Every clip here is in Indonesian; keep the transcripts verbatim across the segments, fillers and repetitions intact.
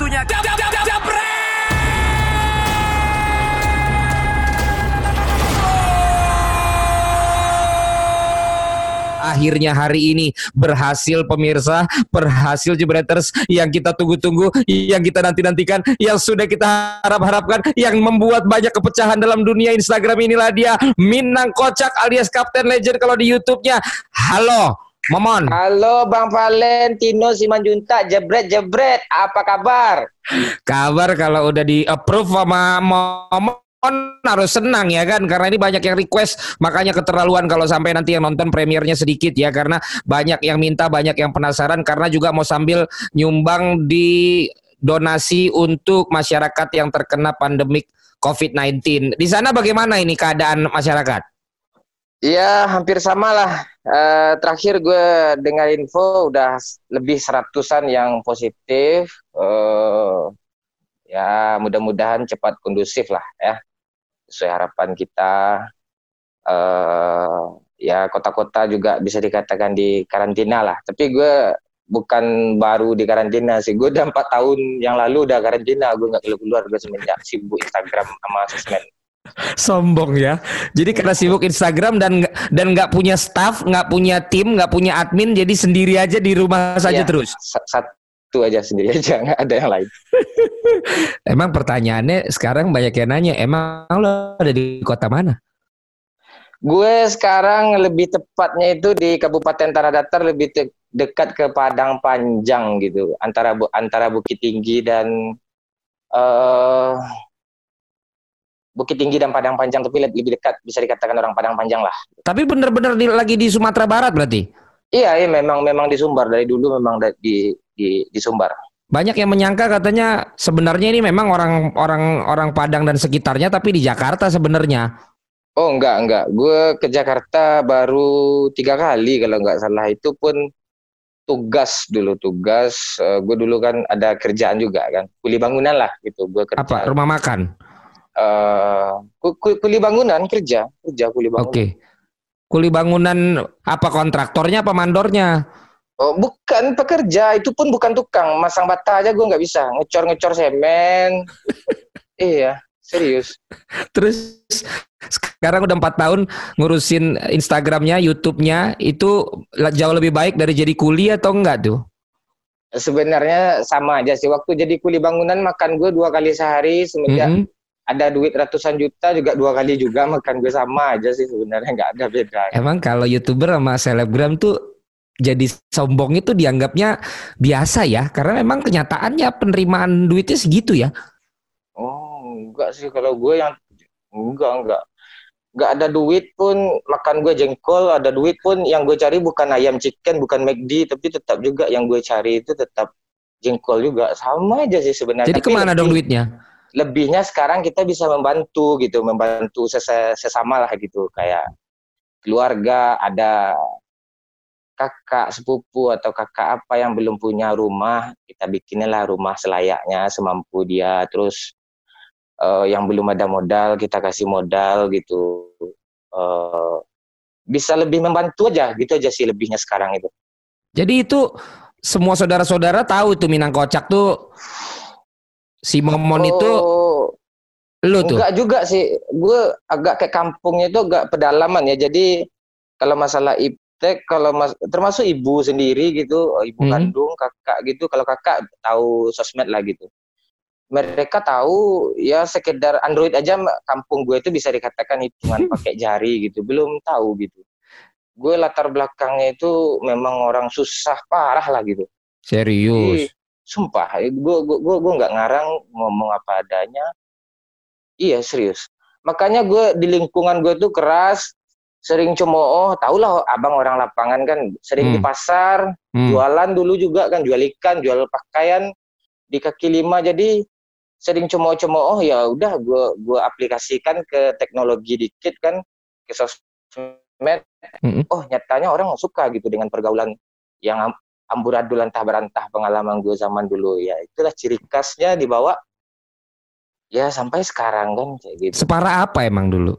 waktunya Japret. Akhirnya hari ini berhasil pemirsa, berhasil Jebreters yang kita tunggu-tunggu, yang kita nanti-nantikan, yang sudah kita harap-harapkan, yang membuat banyak kepecahan dalam dunia Instagram. Inilah dia Minang Kocak alias Kapten Legend kalau di YouTube-nya. Halo Momon. Halo Bang Valentino Simanjuntak, jebret-jebret, apa kabar? Kabar kalau udah di approve sama Momon harus senang ya kan, karena ini banyak yang request, makanya keterlaluan kalau sampai nanti yang nonton premiernya sedikit ya, karena banyak yang minta, banyak yang penasaran, karena juga mau sambil nyumbang di donasi untuk masyarakat yang terkena pandemik covid sembilan belas. Di sana bagaimana ini keadaan masyarakat? Iya, hampir sama lah. Uh, terakhir gue dengar info udah lebih seratusan yang positif. Uh, ya mudah-mudahan cepat kondusif lah ya, sesuai harapan kita. Uh, ya kota-kota juga bisa dikatakan di karantina lah. Tapi gue bukan baru di karantina sih. Gue udah empat tahun yang lalu udah karantina. Gue nggak keluar-keluar, gue semenjak sibuk Instagram sama sosmed. Sombong ya. Jadi karena sibuk Instagram dan dan nggak punya staff, nggak punya tim, nggak punya admin, jadi sendiri aja di rumah saja ya, terus. Satu aja sendiri aja, nggak ada yang lain. Emang pertanyaannya sekarang banyak yang nanya, emang lo ada di kota mana? Gue sekarang lebih tepatnya itu di Kabupaten Tanah Datar, lebih te- dekat ke Padang Panjang gitu, antara antara Bukit Tinggi dan uh, Bukit Tinggi dan Padang Panjang, tapi lebih dekat, bisa dikatakan orang Padang Panjang lah. Tapi benar-benar di, lagi di Sumatera Barat berarti? Iya, iya memang memang di Sumbar, dari dulu memang di di di Sumbar. Banyak yang menyangka katanya sebenarnya ini memang orang orang orang Padang dan sekitarnya, tapi di Jakarta sebenarnya. Oh enggak enggak, gue ke Jakarta baru tiga kali kalau nggak salah, itu pun tugas dulu tugas. Uh, gue dulu kan ada kerjaan juga kan, kuli bangunan lah gitu. Gue kerja. Apa? Rumah makan? Uh, kuli bangunan kerja kerja kuli bangunan. Oke. Okay. Kuli bangunan apa, kontraktornya apa mandornya? Oh bukan pekerja, itu pun bukan tukang, masang bata aja gue nggak bisa, ngecor-ngecor semen. Iya serius. Terus sekarang udah empat tahun ngurusin Instagramnya, YouTube-nya, itu jauh lebih baik dari jadi kuli atau enggak tuh? Sebenarnya sama aja sih. Waktu jadi kuli bangunan makan gue dua kali sehari, semenjak mm-hmm. ada duit ratusan juta juga dua kali juga makan gue, sama aja sih sebenarnya, nggak ada beda. Emang kalau YouTuber sama selebgram tuh jadi sombong itu dianggapnya biasa ya, karena memang kenyataannya penerimaan duitnya segitu ya. Oh enggak sih, kalau gue yang enggak enggak enggak ada duit pun makan gue jengkol, ada duit pun yang gue cari bukan ayam chicken, bukan McD, tapi tetap juga yang gue cari itu tetap jengkol juga, sama aja sih sebenarnya. Jadi tapi kemana lebih, dong duitnya? Lebihnya sekarang kita bisa membantu gitu, membantu ses- sesama lah gitu, kayak keluarga, ada kakak sepupu atau kakak apa yang belum punya rumah, kita bikinilah rumah selayaknya semampu dia. Terus uh, yang belum ada modal kita kasih modal gitu, uh, bisa lebih membantu aja gitu aja sih lebihnya sekarang itu. Jadi itu semua saudara-saudara tahu itu Minang Kocak tuh si Momon oh, itu lu tuh? Enggak juga sih, gue agak kayak kampungnya itu agak pedalaman ya, jadi kalau masalah iptek, kalau mas, termasuk ibu sendiri gitu, ibu hmm. kandung, kakak gitu, kalau kakak tahu sosmed lah gitu. Mereka tahu ya sekedar Android aja, kampung gue itu bisa dikatakan hitungan pakai jari gitu, belum tahu gitu. Gue latar belakangnya itu memang orang susah parah lah gitu. Serius? Jadi, sumpah, gue gue gue gue nggak ngarang, ngomong apa adanya. Iya serius. Makanya gue di lingkungan gue tuh keras, sering cemooh, tau lah abang orang lapangan kan, sering hmm. di pasar, hmm. jualan dulu juga kan, jual ikan, jual pakaian di kaki lima, jadi sering cemooh-cemooh, ya udah gue gue aplikasikan ke teknologi dikit kan, ke sosmed. Hmm. Oh nyatanya orang suka gitu dengan pergaulan yang amburadul antah berantah pengalaman gue zaman dulu, ya itulah ciri khasnya dibawa. Ya sampai sekarang kan kayak gitu. Separah apa emang dulu?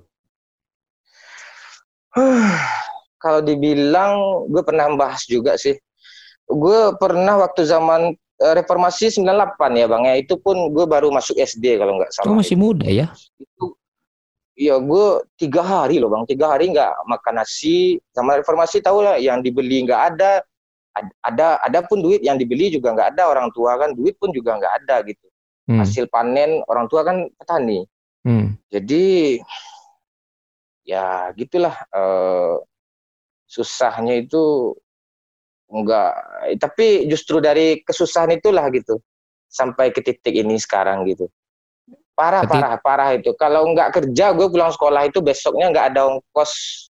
Kalau dibilang, gue pernah bahas juga sih. Gue pernah waktu zaman uh, reformasi sembilan puluh delapan ya Bang ya. Itu pun gue baru masuk S D kalau nggak salah. Oh, masih itu. muda ya? Itu iya gue tiga hari loh Bang, tiga hari nggak makan nasi. Sama reformasi tahu lah, yang dibeli nggak ada, ada ada pun duit yang dibeli juga nggak ada, orang tua kan duit pun juga nggak ada gitu. Hmm. Hasil panen orang tua kan petani. Hmm. Jadi ya gitulah, eh, susahnya itu enggak, tapi justru dari kesusahan itulah gitu sampai ke titik ini sekarang gitu. Parah, Ketik. parah, parah itu. Kalau nggak kerja, gue pulang sekolah itu besoknya nggak ada ongkos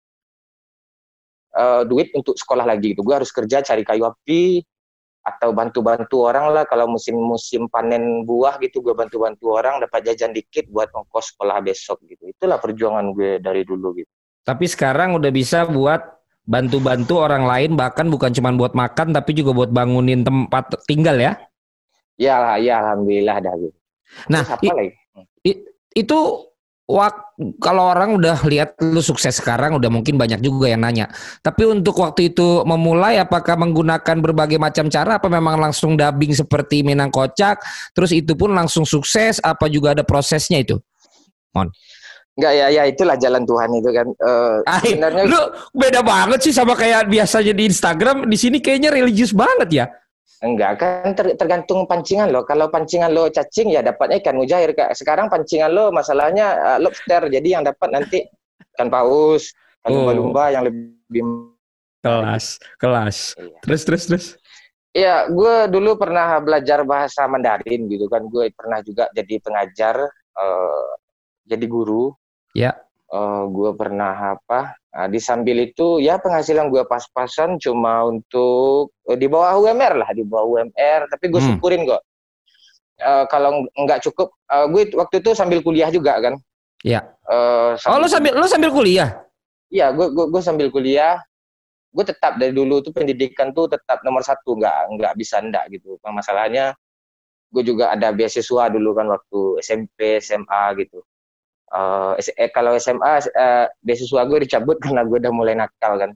uh, duit untuk sekolah lagi gitu. Gue harus kerja cari kayu api atau bantu-bantu orang lah. Kalau musim-musim panen buah gitu, gue bantu-bantu orang dapat jajan dikit buat ongkos sekolah besok gitu. Itulah perjuangan gue dari dulu gitu. Tapi sekarang udah bisa buat bantu-bantu orang lain, bahkan bukan cuma buat makan, tapi juga buat bangunin tempat tinggal ya? Ya, ya alhamdulillah dah gitu. Nah, i, i, itu wak, kalau orang udah lihat lu sukses sekarang, udah mungkin banyak juga yang nanya. Tapi untuk waktu itu memulai, apakah menggunakan berbagai macam cara, apa memang langsung dubbing seperti Minang Kocak, terus itu pun langsung sukses, apa juga ada prosesnya itu? Mon. Enggak ya, ya itulah jalan Tuhan itu kan. Uh, Ay, sebenarnya lu beda banget sih sama kayak biasanya di Instagram. Di sini kayaknya religius banget ya. Enggak, kan ter, tergantung pancingan lo. Kalau pancingan lo cacing ya dapat ikan mujair. Sekarang pancingan lo masalahnya uh, lobster. Jadi yang dapat nanti ikan paus, ikan lumba-lumba oh. yang lebih kelas, kelas. Iya. Terus, terus, terus. Iya, gue dulu pernah belajar bahasa Mandarin gitu kan. Gue pernah juga jadi pengajar, uh, jadi guru. Ya. Uh, gue pernah apa? Nah, di sambil itu ya penghasilan gue pas-pasan cuma untuk uh, di bawah U M R lah, di bawah U M R. Tapi gue hmm. syukurin kok. Uh, kalau nggak cukup, uh, gue waktu itu sambil kuliah juga kan. Iya. Uh, oh, lo sambil lo sambil kuliah? Iya, gue gue gue sambil kuliah. Gue tetap dari dulu tuh pendidikan tuh tetap nomor satu, nggak nggak bisa ndak gitu. Masalahnya gue juga ada beasiswa dulu kan waktu S M P, S M A gitu. Uh, eh, kalau S M A uh, beasiswa gue dicabut karena gue udah mulai nakal kan.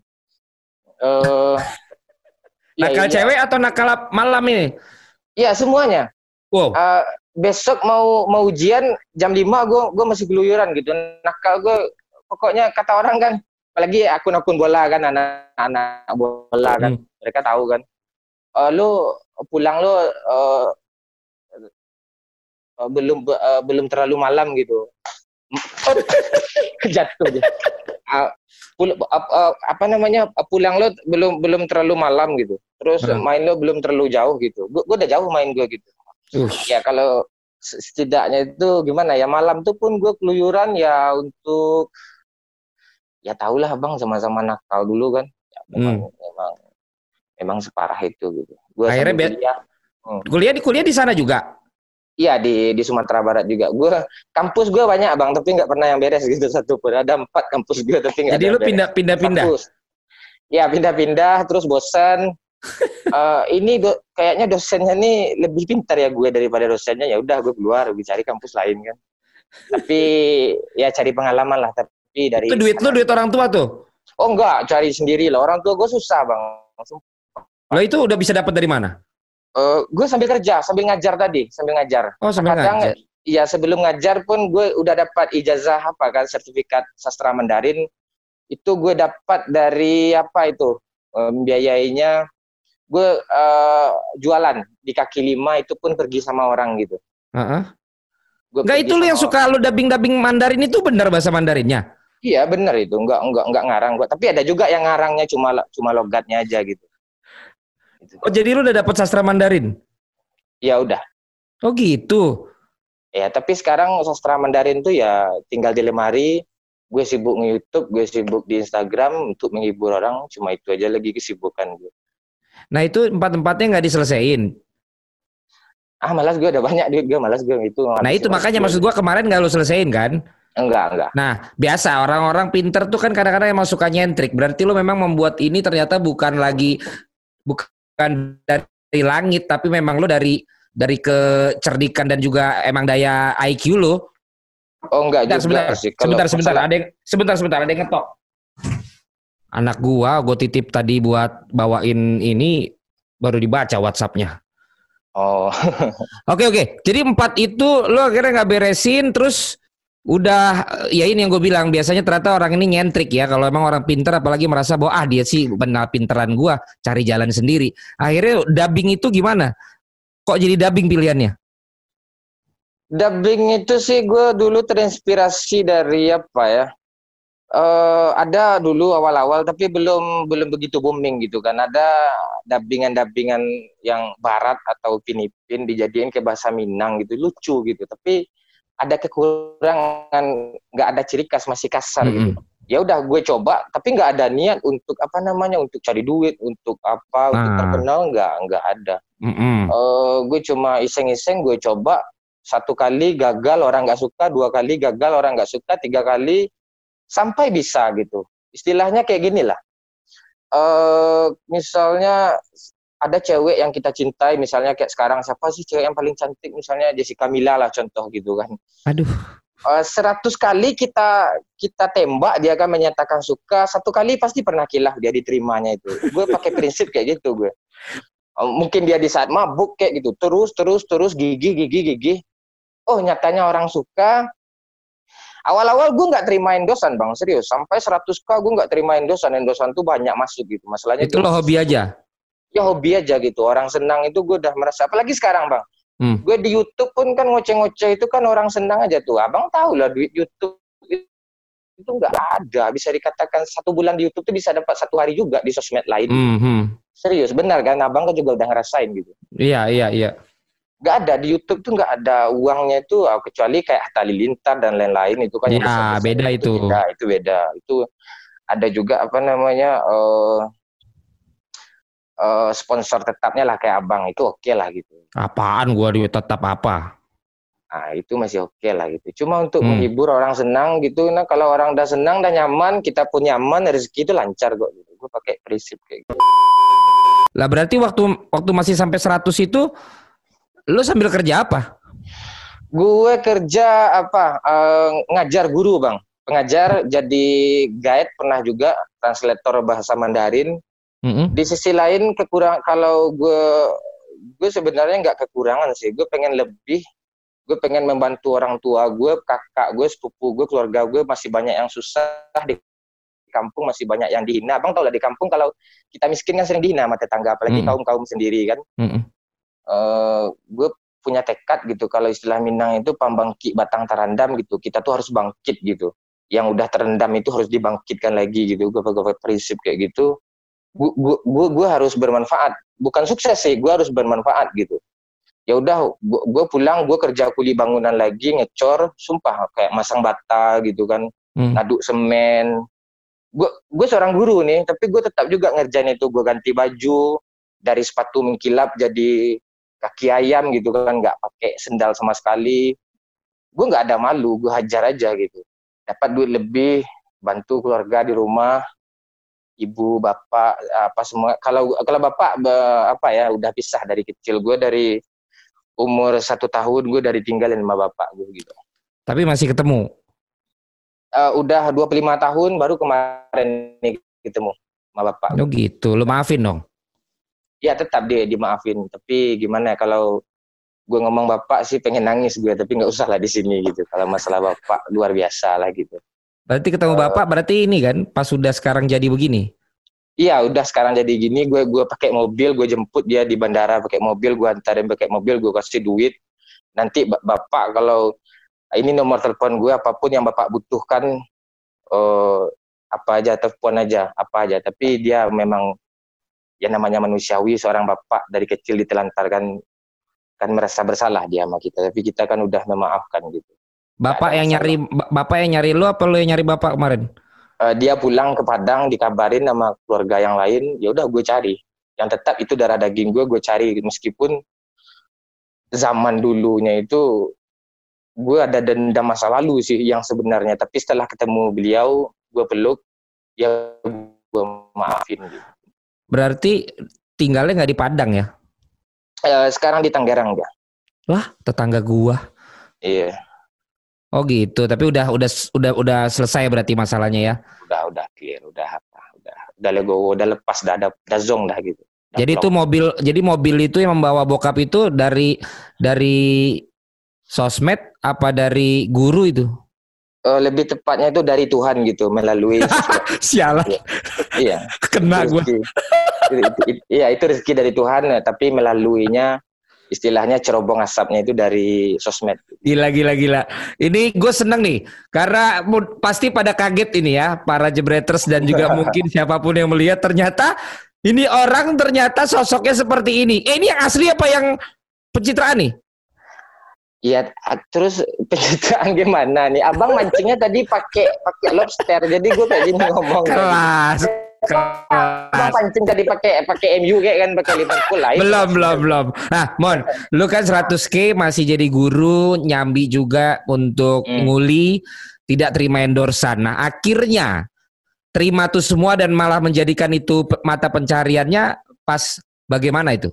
Uh, nakal ya, cewek ya. Atau nakal malam ini? Iya semuanya. Wow. Uh, besok mau mau ujian jam lima gue gue masih keluyuran gitu. Nakal gue pokoknya kata orang kan, apalagi akun-akun bola kan, anak-anak bola kan, hmm. mereka tahu kan. Uh, lu pulang lu uh, uh, belum uh, belum terlalu malam gitu. Jatuh aja. Uh, pul, uh, uh, apa namanya pulang lo belum belum terlalu malam gitu. Terus hmm. main lo belum terlalu jauh gitu. Gue udah jauh main gue gitu. Ush. Ya kalau setidaknya itu gimana ya, malam tuh pun gue keluyuran ya untuk ya tahulah bang, sama-sama nakal dulu kan. Ya, memang, hmm. memang memang separah itu gitu. Gua akhirnya kuliah, hmm. kuliah di kuliah di sana juga. Iya di di Sumatera Barat juga. Gue kampus gue banyak bang, tapi nggak pernah yang beres gitu satu pun. Ada empat kampus gue tapi nggak. Jadi ada lu pindah-pindah-pindah. Iya pindah-pindah, terus bosan. uh, ini do, kayaknya dosennya nih lebih pintar ya gue daripada dosennya. Ya udah gue keluar, gue cari kampus lain kan. Tapi ya cari pengalaman lah. Tapi dari. Itu duit lu duit orang tua tuh? Oh enggak, cari sendiri lah. Orang tua gue susah bang. Lo itu udah bisa dapat dari mana? Uh, gue sambil kerja, sambil ngajar tadi, sambil ngajar. Oh, sambil Kadang, ngajar. Iya, sebelum ngajar pun gue udah dapat ijazah apa kan, sertifikat sastra Mandarin. Itu gue dapat dari apa itu? Membiayainya gue uh, jualan di kaki lima, itu pun pergi sama orang gitu. Uh-huh. Enggak, itu lu yang suka lu dubbing-dubbing Mandarin itu benar bahasa Mandarinnya? Iya, benar itu. Enggak enggak enggak ngarang gue. Tapi ada juga yang ngarangnya cuma cuma logatnya aja gitu. Oh jadi lu udah dapat sastra Mandarin? Ya udah. Oh gitu. Ya tapi sekarang sastra Mandarin tuh ya tinggal di lemari. Gue sibuk nge-YouTube, gue sibuk di Instagram untuk menghibur orang. Cuma itu aja lagi kesibukan gue. Nah itu empat-empatnya nggak diselesain? Ah malas gue, udah banyak duit gue, malas gue itu. Nah itu makanya maksud gue kemarin nggak lu selesain kan? Enggak, enggak. Nah, biasa orang-orang pinter tuh kan kadang-kadang emang suka nyentrik. Berarti lu memang membuat ini ternyata bukan lagi bukan bukan dari langit, tapi memang lo dari dari kecerdikan dan juga emang daya I Q lo. Oh enggak juga sebentar, sih. Sebentar, sebentar, ada yang, sebentar, sebentar, ada yang ngetok. Anak gua, gua titip tadi buat bawain ini, baru dibaca WhatsApp-nya. Oh. Oke oke. Jadi empat itu lo akhirnya nggak beresin, terus udah ya ini yang gue bilang biasanya ternyata orang ini nyentrik ya. Kalau emang orang pinter apalagi merasa bahwa ah dia sih benar pinteran gue, cari jalan sendiri. Akhirnya dubbing itu gimana? Kok jadi dubbing pilihannya? Dubbing itu sih gue dulu terinspirasi dari apa ya? Eh ada dulu awal-awal tapi belum belum begitu booming gitu kan. Ada dubbingan-dubbingan yang barat atau Pinipin dijadiin ke bahasa Minang gitu, lucu gitu. Tapi ada kekurangan, nggak ada ciri khas, masih kasar gitu. Mm-mm. Ya udah gue coba tapi nggak ada niat untuk apa namanya, untuk cari duit, untuk apa, untuk Nah, terkenal, nggak nggak ada. mm-mm. Eh gue cuma iseng-iseng, gue coba satu kali gagal orang nggak suka, dua kali gagal orang nggak suka, tiga kali sampai bisa gitu. Istilahnya kayak gini lah. Eh misalnya ada cewek yang kita cintai, misalnya kayak sekarang siapa sih cewek yang paling cantik, misalnya Jessica Mila lah contoh gitu kan. Aduh. Eh, seratus kali kita kita tembak dia kan menyatakan suka, satu kali pasti pernah kilaf dia diterimanya itu. Gue pakai prinsip kayak gitu gue. Eh, mungkin dia di saat mabuk kayak gitu, terus terus terus gigi gigi gigi. Oh nyatanya orang suka. Awal-awal gue nggak terima endosan bang, serius. Sampai seratus k gue nggak terima endosan. Endosan tuh banyak masuk gitu. Masalahnya Itu gue lo masih hobi sibuk. aja. Ya hobi aja gitu. Orang senang itu gue udah merasa. Apalagi sekarang bang. Hmm. Gue di YouTube pun kan ngoceh-ngoceh itu kan orang senang aja tuh. Abang tahu lah duit YouTube itu nggak ada. Bisa dikatakan satu bulan di YouTube tuh bisa dapat satu hari juga di sosmed lain. Mm-hmm. Serius, benar kan? Abang kan juga udah ngerasain gitu. Iya iya iya. Nggak ada di YouTube tuh, nggak ada uangnya itu, kecuali kayak Atta Halilintar dan lain-lain itu kan yang Ya besar-besar beda itu, itu. beda, itu beda. Itu ada juga apa namanya uh, uh, sponsor tetapnya lah kayak abang itu oke okay lah gitu. Apaan gua di tetap apa? Nah itu masih oke okay lah gitu. Cuma untuk Hmm. menghibur orang senang gitu, nah kalau orang udah senang dan nyaman, kita pun nyaman, rezeki itu lancar kok. Gitu. Gue pakai prinsip kayak gitu. Lah berarti waktu waktu masih sampai seratus itu lu sambil kerja apa? Gue kerja apa? Uh, ngajar guru bang. Pengajar, jadi guide pernah juga, translator bahasa Mandarin. Mm-hmm. Di sisi lain kekurang, kalau gue gue sebenarnya nggak kekurangan sih. Gue pengen lebih. Gue pengen membantu orang tua gue, kakak gue, sepupu gue, keluarga gue masih banyak yang susah di kampung, masih banyak yang dihina. Abang tau lah di kampung kalau kita miskin kan sering dihina sama tetangga, apalagi Mm-hmm. kaum kaum sendiri kan. Mm-hmm. Uh, gue punya tekad gitu, kalau istilah Minang itu pambangkit batang terendam gitu, kita tuh harus bangkit gitu, yang udah terendam itu harus dibangkitkan lagi gitu. Gue pakai prinsip kayak gitu. Gue gue gue harus bermanfaat, bukan sukses sih, gue harus bermanfaat gitu. Ya udah, gue pulang, gue kerja kuli bangunan lagi, ngecor, sumpah kayak masang bata gitu kan, mm. ngaduk semen. Gue gue seorang guru nih, tapi gue tetap juga ngerjain itu. Gue ganti baju dari sepatu mengkilap jadi kaki ayam gitu kan, nggak pakai sendal sama sekali. Gue nggak ada malu, gue hajar aja gitu. Dapat duit lebih, bantu keluarga di rumah, ibu, bapak, apa semua. Kalau kalau bapak apa ya, udah pisah dari kecil. Gue dari umur satu tahun gue dari tinggalin sama bapak gue gitu. Tapi masih ketemu? Uh, udah dua puluh lima tahun baru kemarin nih ketemu sama bapak. Oh gitu, lu maafin dong? Ya tetap dia dimaafin. Tapi gimana kalau gue ngomong bapak sih pengen nangis gue, tapi nggak usah lah di sini gitu. Kalau masalah bapak luar biasa lah gitu. Berarti ketemu uh, bapak berarti ini kan pas sudah sekarang jadi begini? Iya udah sekarang jadi gini, gue gue pakai mobil, gue jemput dia di bandara pakai mobil, gue antarin pakai mobil, gue kasih duit. Nanti bapak kalau ini nomor telepon gue, apapun yang bapak butuhkan, uh, apa aja, telepon aja, apa aja. Tapi dia memang ya namanya manusiawi, seorang bapak dari kecil ditelantarkan, kan merasa bersalah dia sama kita. Tapi kita kan udah memaafkan gitu. Bapak yang nyari, bapak yang nyari lu apa lu yang nyari bapak kemarin? Uh, dia pulang ke Padang, dikabarin sama keluarga yang lain, ya udah gue cari. Yang tetap itu darah daging gue, gue cari. Meskipun zaman dulunya itu gue ada dendam masa lalu sih yang sebenarnya. Tapi setelah ketemu beliau, gue peluk, ya gue maafin. Gitu. Berarti tinggalnya nggak di Padang ya? Uh, sekarang di Tangerang ya. Wah, tetangga gua. Iya. Oh gitu, tapi udah udah udah udah selesai berarti masalahnya ya? Udah udah clear, udah apa, udah udah legowo, udah lepas, udah ada, udah zong dah gitu. Jadi itu mobil, jadi mobil itu yang membawa bokap itu dari dari sosmed apa dari guru itu? Uh, lebih tepatnya itu dari Tuhan gitu melalui sosmed. Sialan. Iya. Iya. Kena gue. Iya, itu rezeki dari Tuhan, tapi melaluinya istilahnya cerobong asapnya itu dari sosmed. Gila, gila, gila. Ini gue seneng nih, karena pasti pada kaget ini ya, para jebreters dan juga mungkin siapapun yang melihat, ternyata ini orang ternyata sosoknya seperti ini. Eh, ini yang asli apa yang pencitraan nih? Iya, terus pencitraan gimana nih? Abang mancingnya tadi pakai pakai lobster, jadi gue kayak gini ngomong. Kelas. Abang pancing tadi pakai pakai M U kayak kan pakai Liverpool lah. Belum, belum, belum. Nah, Mon, lu kan seratus K masih jadi guru, nyambi juga untuk hmm. nguli, tidak terima endorsan. Nah, akhirnya terima tuh semua dan malah menjadikan itu mata pencariannya pas bagaimana itu?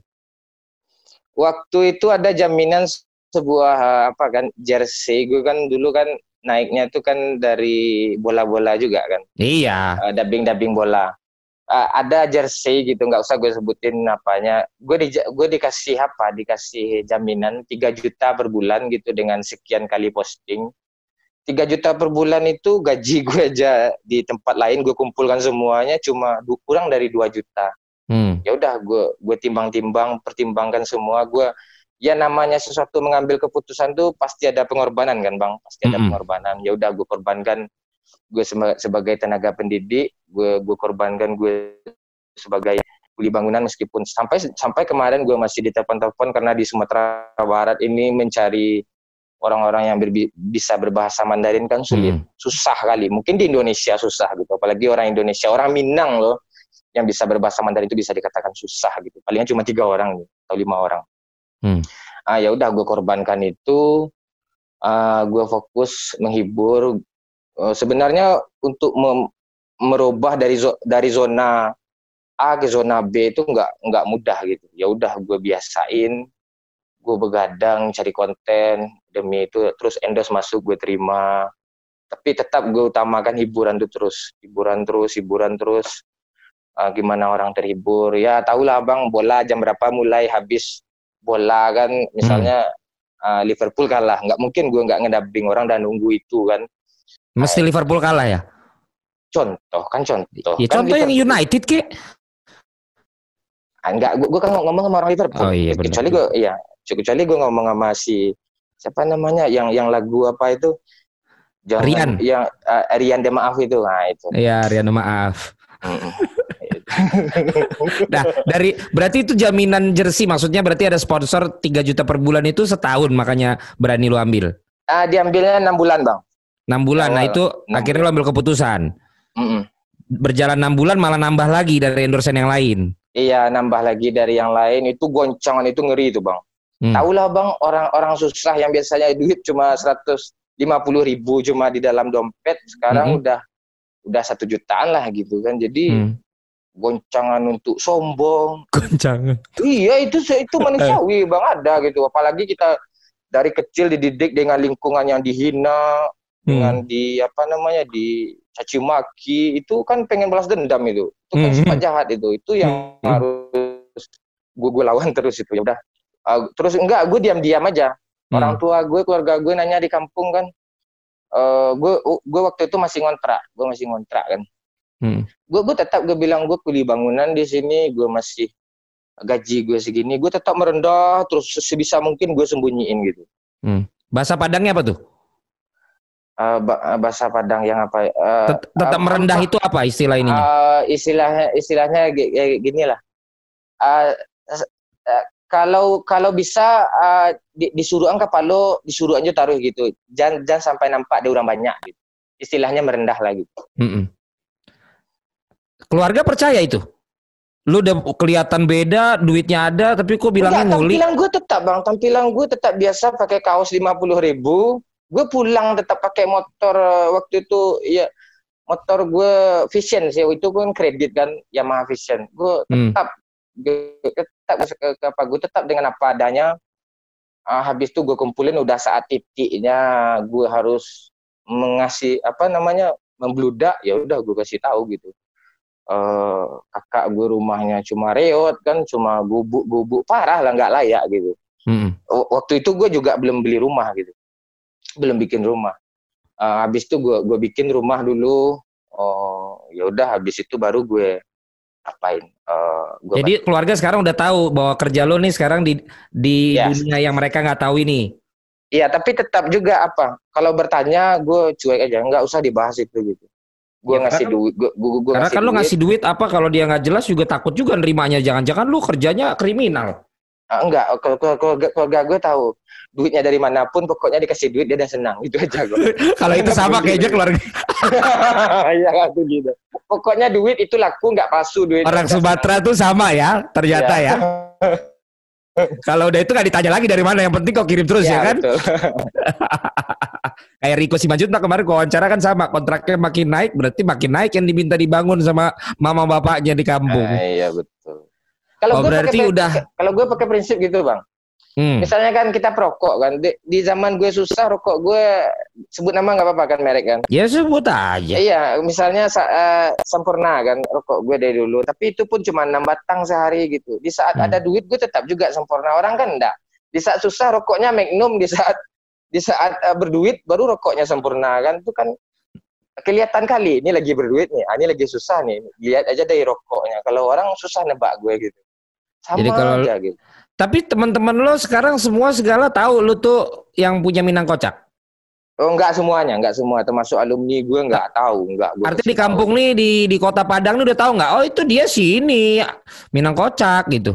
Waktu itu ada jaminan sebuah apa kan jersey, gue kan dulu kan naiknya tuh kan dari bola-bola juga kan. Iya. Uh, dubbing-dubbing bola. Uh, ada jersey gitu, nggak usah gue sebutin apanya. Gue di gue dikasih apa? Dikasih jaminan tiga juta per bulan gitu dengan sekian kali posting. tiga juta per bulan itu gaji gue aja di tempat lain gue kumpulkan semuanya cuma du- kurang dari dua juta. Hmm. Ya udah gue gue timbang-timbang, pertimbangkan semua. Gue ya namanya sesuatu mengambil keputusan tuh pasti ada pengorbanan kan Bang, pasti ada mm-hmm. pengorbanan. Ya udah gue korbankan gue sebagai tenaga pendidik, gue gue korbankan gue sebagai kuli bangunan meskipun sampai sampai kemarin gue masih ditelepon-telepon karena di Sumatera Barat ini mencari orang-orang yang berbi- bisa berbahasa Mandarin kan sulit, mm-hmm. susah kali. Mungkin di Indonesia susah gitu, apalagi orang Indonesia, orang Minang loh yang bisa berbahasa Mandarin itu bisa dikatakan susah gitu. Palingnya cuma tiga orang gitu, atau lima orang. Hmm. Ah ya udah gue korbankan itu, uh, gue fokus menghibur. Uh, sebenarnya untuk mem- merubah dari zo- dari zona A ke zona B itu nggak nggak mudah gitu. Ya udah gue biasain, gue begadang cari konten demi itu, terus endorse masuk gue terima. Tapi tetap gue utamakan hiburan tuh terus, hiburan terus, hiburan terus. Uh, gimana orang terhibur? Ya tahulah Bang, bola jam berapa mulai habis. Bola kan misalnya hmm. uh, Liverpool kalah, nggak mungkin gue nggak ngedubbing orang dan nunggu itu kan. Mesti nah, Liverpool kalah ya? Contoh kan contoh. Ya kan contoh Liverpool. Yang United ke? Ah, enggak, gue, gue kan ngomong sama orang Liverpool. Oh, iya, kecuali gue, iya, kecuali gue ngomong sama si siapa namanya yang yang lagu apa itu? Jangan, Rian. Yang uh, Rian de Maaf itu, nah itu. Iya Rian de Maaf. Nah, dari berarti itu jaminan jersey, maksudnya berarti ada sponsor tiga juta per bulan itu setahun, makanya berani lu ambil. Ah, diambilnya enam bulan, Bang. enam bulan. Awal, nah, itu akhirnya bulan. Lu ambil keputusan. Mm-mm. Berjalan enam bulan malah nambah lagi dari endorsean yang lain. Iya, nambah lagi dari yang lain, itu goncangan itu ngeri itu, Bang. Hmm. Tahulah, Bang, orang-orang susah yang biasanya duit cuma seratus lima puluh ribu cuma di dalam dompet, sekarang mm-hmm. udah udah satu jutaan lah gitu kan. Jadi hmm. goncangan untuk sombong. Goncangan. Iya, itu itu manusiawi Bang, ada gitu. Apalagi kita dari kecil dididik dengan lingkungan yang dihina, hmm. dengan di apa namanya dicaci maki, itu kan pengen balas dendam itu. Itu kan hmm. sifat jahat itu. Itu yang hmm. harus gue, gue lawan terus itu. Ya udah. Uh, terus enggak, gue diam-diam aja. Hmm. Orang tua gue, keluarga gue nanya di kampung kan. Uh, gue gue waktu itu masih ngontrak. Gue masih ngontrak kan. Hmm. Gue gue tetap gue bilang gue kuli bangunan di sini, gue masih gaji gue segini, gue tetap merendah terus sebisa mungkin gue sembunyiin gitu. Hmm. Bahasa Padangnya apa tuh? Uh, bahasa Padang yang apa? Uh, Tet tetap uh, merendah apa, itu apa istilah ininya? Uh, istilahnya istilahnya gini lah. Uh, uh, kalau kalau bisa uh, di, disuruh angka palo, disuruh aja taruh gitu. Jangan jangan sampai nampak ada orang banyak gitu. Istilahnya merendah lagi. Hmm. Keluarga percaya itu? Lu udah kelihatan beda, duitnya ada, tapi kok bilangnya nguli? Tampilan gue tetap Bang, tampilan gue tetap biasa pakai kaos lima puluh ribu. Gue pulang tetap pakai motor waktu itu, ya motor gue Vision sih, itu kan kredit kan, Yamaha Vision. Gue tetap, hmm. gue, tetap apa, gue tetap dengan apa adanya. Uh, habis itu gue kumpulin, udah saat titiknya gue harus mengasih apa namanya membludak, ya udah gue kasih tahu gitu. uh, kakak gue rumahnya cuma reot kan, cuma gubuk-gubuk parah lah, nggak layak gitu. Hmm. Waktu itu gue juga belum beli rumah gitu, belum bikin rumah. Uh, habis itu gue gue bikin rumah dulu. Oh ya udah, habis itu baru gue apain. Uh, gua Jadi bantu. Keluarga sekarang udah tahu bahwa kerja lo nih sekarang di di ya, dunia yang mereka nggak tahu ini. Iya, tapi tetap juga apa? Kalau bertanya gue cuek aja, nggak usah dibahas itu gitu. Gue ya, ngasih kan, duit, gue, gue, gue karena ngasih kan duit. Lo ngasih duit apa kalau dia nggak jelas juga takut juga nerimanya. Jangan-jangan lu kerjanya kriminal. Uh, enggak, kalau keluarga, keluarga gue tahu duitnya dari manapun, pokoknya dikasih duit dia udah senang, itu aja gue. Kalau itu sama kayaknya keluarga. Iya itu gitu. Pokoknya duit itu laku, nggak palsu duit. Orang Sumatera tuh sama ya, ternyata ya. Kalau udah itu nggak ditanya lagi dari mana, yang penting kau kirim terus ya, ya kan. Kayak Riko Simanjuntak kemarin wawancara kan sama, kontraknya makin naik berarti makin naik yang diminta dibangun sama mama bapaknya di kampung. Nah, iya betul. Kalau oh, gue berarti pake, udah. Kalau gue pakai prinsip gitu bang. Hmm. Misalnya kan kita perokok kan, di, di zaman gue susah rokok gue, sebut nama nggak apa-apa kan, merek kan? Ya sebut aja. Iya, misalnya uh, Sempurna kan, rokok gue dari dulu, tapi itu pun cuma enam batang sehari gitu. Di saat hmm. ada duit gue tetap juga Sempurna, orang kan enggak. Di saat susah rokoknya Magnum, di saat di saat uh, berduit baru rokoknya Sempurna kan, itu kan kelihatan kali ini lagi berduit nih, ah, ini lagi susah nih, lihat aja dari rokoknya. Kalau orang susah nebak gue gitu. Sama jadi kalau aja gitu. Tapi teman-teman lo sekarang semua segala tahu lo tuh yang punya Minang Kocak. Oh enggak semuanya, enggak semua, termasuk alumni gue enggak tahu, enggak. Artinya di kampung tahu. nih di di kota Padang nih udah tahu nggak? Oh itu dia sini Minang Kocak gitu.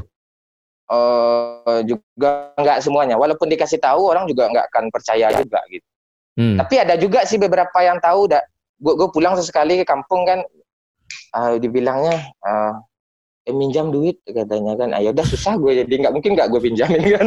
Uh, juga enggak semuanya, walaupun dikasih tahu orang juga enggak akan percaya juga gitu. Hmm. Tapi ada juga sih beberapa yang tahu. Dah, gue gue pulang sesekali ke kampung kan, uh, dibilangnya. Uh, Eh, minjam duit katanya kan, ayo udah susah gue jadi nggak mungkin nggak gue pinjamin kan.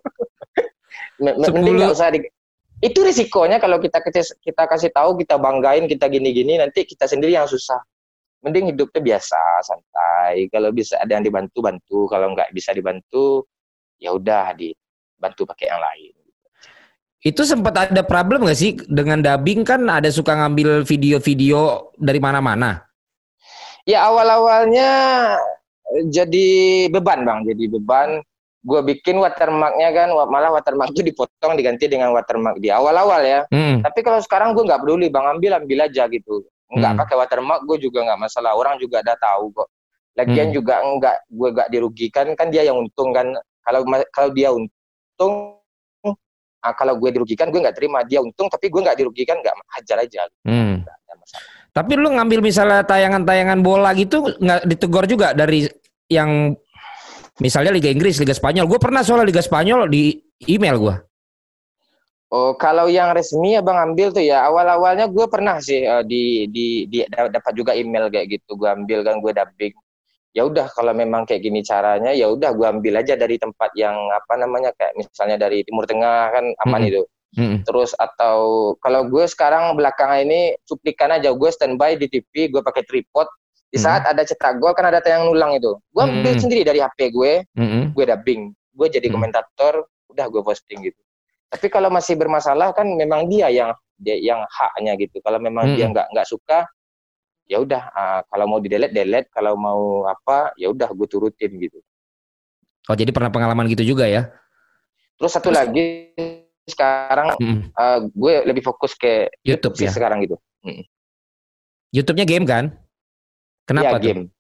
Mending nggak usah di... itu risikonya kalau kita kita kasih tahu, kita banggain, kita gini-gini, nanti kita sendiri yang susah. Mending hidupnya biasa, santai. Kalau bisa ada yang dibantu bantu, kalau nggak bisa dibantu ya udah dibantu pakai yang lain. Itu sempat ada problem nggak sih dengan dubbing, kan ada suka ngambil video-video dari mana-mana? Ya awal-awalnya jadi beban bang, jadi beban. Gue bikin watermarknya kan, malah watermark itu dipotong diganti dengan watermark di awal-awal ya. Hmm. Tapi kalau sekarang gue nggak peduli bang, ambil ambil aja gitu. Nggak hmm. pakai watermark gue juga nggak masalah, orang juga ada tahu kok. Lagian hmm. juga nggak, gue nggak dirugikan kan, dia yang untung kan. Kalau kalau dia untung, nah, kalau gue dirugikan gue nggak terima. Dia untung tapi gue nggak dirugikan, nggak, hajar aja. Hmm. Nggak ada masalah. Tapi lu ngambil misalnya tayangan-tayangan bola gitu nggak ditegur juga dari yang misalnya Liga Inggris, Liga Spanyol? Gue pernah soal Liga Spanyol di email gue. Oh, kalau yang resmi abang ambil tuh ya awal-awalnya gue pernah sih uh, di, di di dapat juga email kayak gitu, gue ambil kan, gue dubbing. Ya udah kalau memang kayak gini caranya, ya udah gue ambil aja dari tempat yang apa namanya, kayak misalnya dari Timur Tengah kan aman hmm. itu. Hmm. Terus atau kalau gue sekarang belakangan ini cuplikan aja, gue standby di T V, gue pakai tripod. Di saat hmm. ada cetak gol kan ada tayang ulang itu, gue ambil hmm. sendiri dari H P gue, hmm. gue dubbing, gue jadi hmm. komentator, udah gue posting gitu. Tapi kalau masih bermasalah kan memang dia yang dia yang haknya gitu. Kalau memang hmm. dia nggak nggak suka, ya udah. Uh, kalau mau di delete delete, kalau mau apa ya udah gue turutin gitu. Oh jadi pernah pengalaman gitu juga ya? Terus satu Terus, lagi. Sekarang mm. uh, gue lebih fokus ke YouTube, YouTube ya sekarang gitu. Mm. YouTube-nya game kan? Kenapa ya, tuh? Game.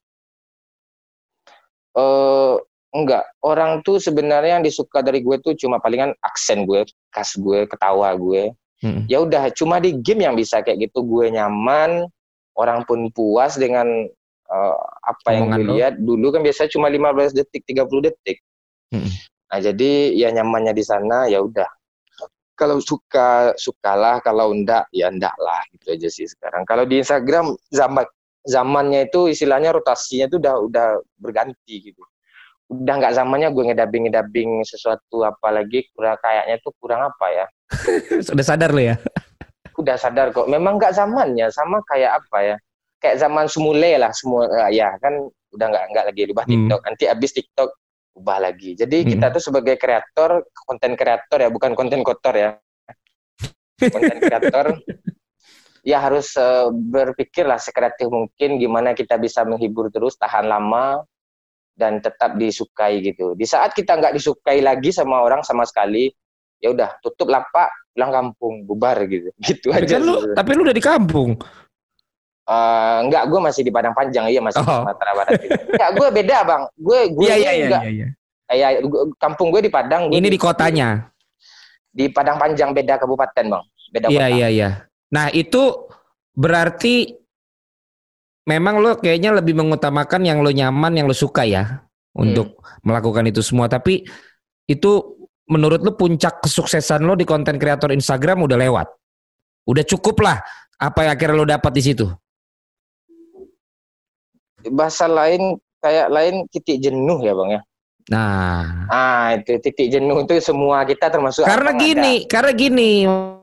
Uh, enggak, orang tuh sebenarnya yang disuka dari gue tuh cuma palingan aksen gue, khas gue, ketawa gue. Mm. Ya udah, cuma di game yang bisa kayak gitu, gue nyaman, orang pun puas dengan uh, apa Omongan yang gue lo? lihat. Dulu kan biasanya cuma lima belas detik, tiga puluh detik. Mm. Nah jadi ya nyamannya di sana, ya udah. Kalau suka, sukalah. Kalau enggak, ya enggak lah. Gitu aja sih sekarang. Kalau di Instagram, zaman zamannya itu istilahnya rotasinya itu udah udah berganti gitu. Udah nggak zamannya gue ngedabing-ngedabing sesuatu, apalagi kurang kayaknya tuh kurang apa ya. Sudah sadar lo ya? Udah sadar kok. Memang nggak zamannya, sama kayak apa ya. Kayak zaman semule lah. Semua, ya kan udah nggak nggak lagi ubah TikTok. Hmm. Nanti abis TikTok, ubah lagi. Jadi hmm. kita tuh sebagai kreator, konten kreator ya, bukan konten kotor ya. Konten kreator ya harus uh, berpikirlah sekreatif mungkin gimana kita bisa menghibur terus tahan lama dan tetap disukai gitu. Di saat kita nggak disukai lagi sama orang sama sekali, ya udah tutup lapak, pulang kampung, bubar gitu. Gitu Tapi aja kan lu, sih. tapi lu udah di kampung. Uh, enggak, gue masih di Padang Panjang, iya masih di Oh. Sumatera Barat. Gitu. Enggak, gue beda bang. Gue gue Iya ini iya iya enggak. iya. Kayak gua- kampung gue di Padang. Gue Ini di kotanya. Di Padang Panjang beda kabupaten bang, beda Iya kota. iya iya. Nah itu berarti memang lo kayaknya lebih mengutamakan yang lo nyaman, yang lo suka ya untuk Hmm. melakukan itu semua. Tapi itu menurut lo puncak kesuksesan lo di konten kreator Instagram udah lewat. Udah cukup lah apa yang akhirnya lo dapat di situ. Bahasa lain kayak lain titik jenuh ya bang ya. Nah, Ah itu titik jenuh itu semua kita termasuk karena abang gini, ada. karena gini,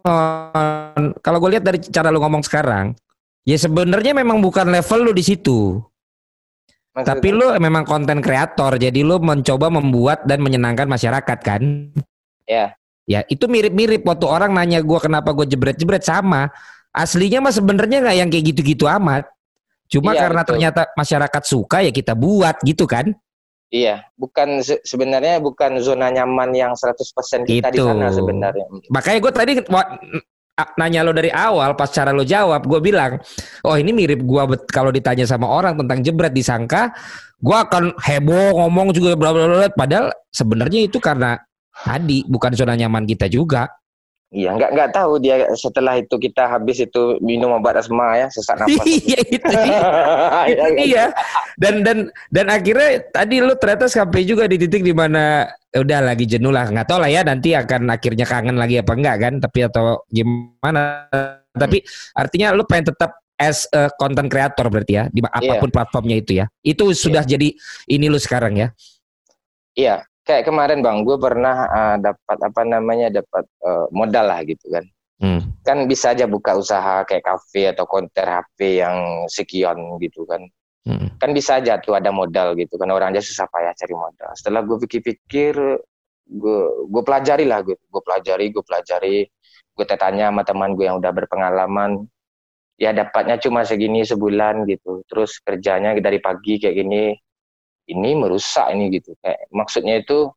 kalau gue lihat dari cara lo ngomong sekarang, ya sebenarnya memang bukan level lo di situ. Maksudnya? Tapi lo memang konten kreator, jadi lo mencoba membuat dan menyenangkan masyarakat kan? Ya. Ya itu mirip-mirip waktu orang nanya gue kenapa gue jebret-jebret sama. Aslinya mah sebenarnya nggak yang kayak gitu-gitu amat. Cuma Iya, karena betul. ternyata masyarakat suka ya kita buat gitu kan? Iya, bukan se- sebenarnya bukan zona nyaman yang seratus persen kita di Gitu. sana sebenarnya. Makanya gue tadi wa- nanya lo dari awal, pas cara lo jawab, gue bilang, oh ini mirip gue kalau ditanya sama orang tentang jebret disangka, gue akan heboh ngomong juga bla bla bla. Padahal sebenarnya itu karena tadi bukan zona nyaman kita juga. Iya, nggak nggak tahu dia setelah itu kita habis itu minum obat asma ya, sesak nafas. Iya itu dia. Itu dia. Dan dan dan akhirnya tadi lu ternyata sampai juga di titik dimana udah lagi jenuh lah, nggak tahu lah ya nanti akan akhirnya kangen lagi apa enggak kan, tapi atau gimana. Hmm. Tapi artinya lu pengen tetap as a content creator berarti ya di apapun yeah. platformnya itu ya. Itu sudah yeah. jadi ini lu sekarang ya. Iya. Kayak kemarin bang, gue pernah uh, dapat apa namanya dapat uh, modal lah gitu kan. Hmm. Kan bisa aja buka usaha kayak kafe atau konter H P yang sekian gitu kan. Hmm. Kan bisa aja tuh ada modal gitu kan, orang aja susah payah cari modal. Setelah gue pikir-pikir, gue gue pelajari lah, gue gue pelajari, gue pelajari, gue tanya sama teman gue yang udah berpengalaman, ya dapatnya cuma segini sebulan gitu. Terus kerjanya dari pagi kayak gini. Ini merusak ini gitu, kayak maksudnya itu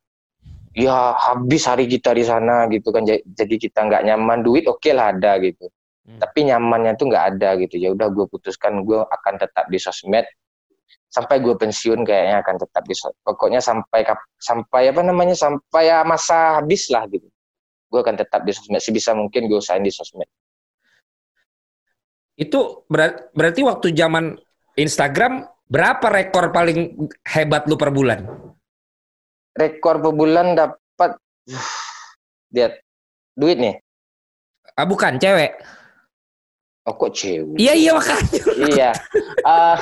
ya habis hari kita di sana gitu kan, jadi kita nggak nyaman. Duit oke okay lah ada gitu, hmm. tapi nyamannya tuh nggak ada gitu. Ya udah gue putuskan gue akan tetap di sosmed sampai gue pensiun, kayaknya akan tetap di sosmed. Pokoknya sampai sampai apa namanya sampai ya masa habis lah gitu, gue akan tetap di sosmed sebisa mungkin, gue usahain di sosmed. Itu ber- berarti waktu zaman Instagram berapa rekor paling hebat lu per bulan? Rekor per bulan dapat lihat duit nih. Ah bukan, cewek. Oh kok cewek? Iya iya makanya. Iya. uh,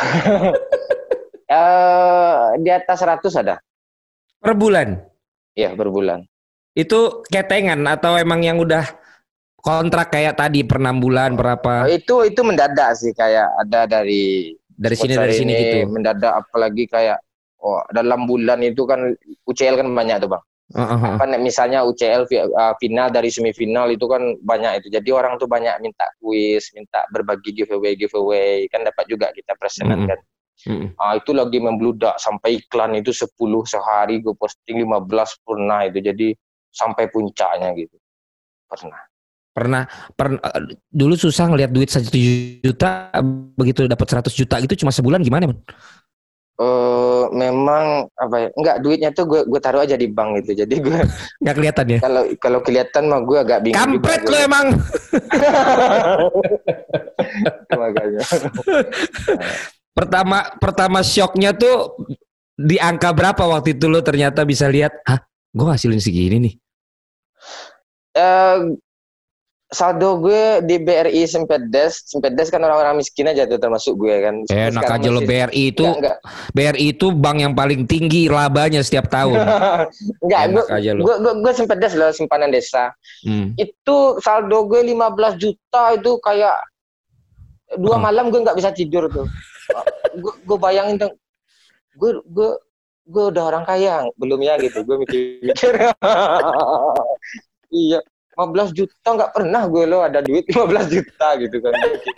uh, di atas seratus ada. Per bulan? Iya, per bulan. Itu ketengan atau emang yang udah kontrak kayak tadi per enam bulan berapa? Oh, itu itu mendadak sih, kayak ada dari dari sini dari sini gitu. Mendadak, apalagi kayak oh dalam bulan itu kan U C L kan banyak tuh bang. Uh-huh. Apa misalnya U C L uh, final dari semifinal itu kan banyak itu. Jadi orang tuh banyak minta kuis, minta berbagi giveaway giveaway kan, dapat juga kita presenan kan. Uh-huh. Ah itu lagi membludak sampai iklan itu sepuluh sehari, gue posting lima belas pernah itu. Jadi sampai puncaknya gitu. Pernah. Pernah, pernah dulu susah ngelihat duit satu juta, begitu dapat seratus juta gitu cuma sebulan gimana, Man? Uh, memang apa ya? Enggak, duitnya tuh gue gue taruh aja di bank gitu. Jadi gue nggak kelihatan ya. Kalau kalau kelihatan mah gue agak bingung. Kampret lo emang. Makanya. pertama pertama shocknya tuh di angka berapa waktu itu lo ternyata bisa lihat, hah, gue ngasilin segini nih. Uh, saldo gue di B R I Simpedes, Simpedes kan orang-orang miskin aja tuh termasuk gue kan. Enak aja lo, B R I itu, enggak, enggak. B R I itu bank yang paling tinggi labanya setiap tahun. Enggak, gue, gue, gue, gue Simpedes loh, simpanan desa. Hmm. Itu saldo gue lima belas juta itu kayak dua oh. malam gue nggak bisa tidur tuh. gue, gue bayangin tuh, gue, gue, gue udah orang kaya belum ya gitu, gue mikir-mikir. Iya. lima belas juta nggak pernah gue lo ada duit lima belas juta gitu kan.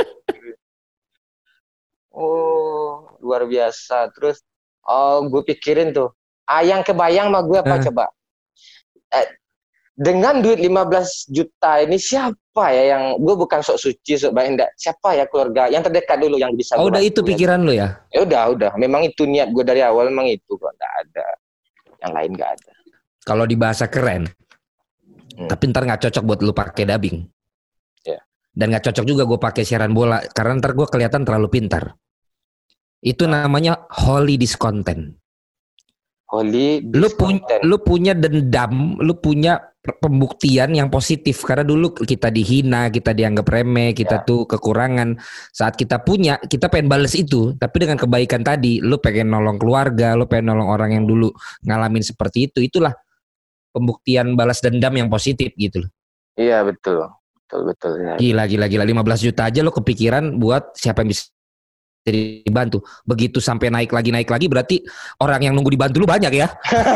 Oh, luar biasa. Terus oh, gue pikirin tuh, ah yang kebayang sama gue apa Uh. coba? Eh, dengan duit lima belas juta ini siapa ya yang, gue bukan sok suci, sok baik enggak. Siapa ya keluarga yang terdekat dulu yang bisa Oh, gue udah itu bantu, pikiran ya. lo ya? Ya udah, udah. Memang itu niat gue dari awal, memang itu kok, enggak ada. Yang lain enggak ada. Kalau di bahasa keren. Hmm. Tapi ntar nggak cocok buat lu pakai dubbing. Yeah. Dan nggak cocok juga gue pakai siaran bola karena ntar gue kelihatan terlalu pintar. Itu nah. namanya holy discontent. Holy discontent. Lu punya, lu punya dendam, lu punya pembuktian yang positif karena dulu kita dihina, kita dianggap remeh, kita yeah. tuh kekurangan. Saat kita punya, kita pengen bales itu, tapi dengan kebaikan tadi, lu pengen nolong keluarga, lu pengen nolong orang yang dulu ngalamin seperti itu, itulah pembuktian balas dendam yang positif gitu loh. Iya betul, betul betul. Ya. Gila gila gila lima belas juta aja lo kepikiran buat siapa yang bisa dibantu. Begitu sampai naik lagi naik lagi berarti orang yang nunggu dibantu lu banyak ya.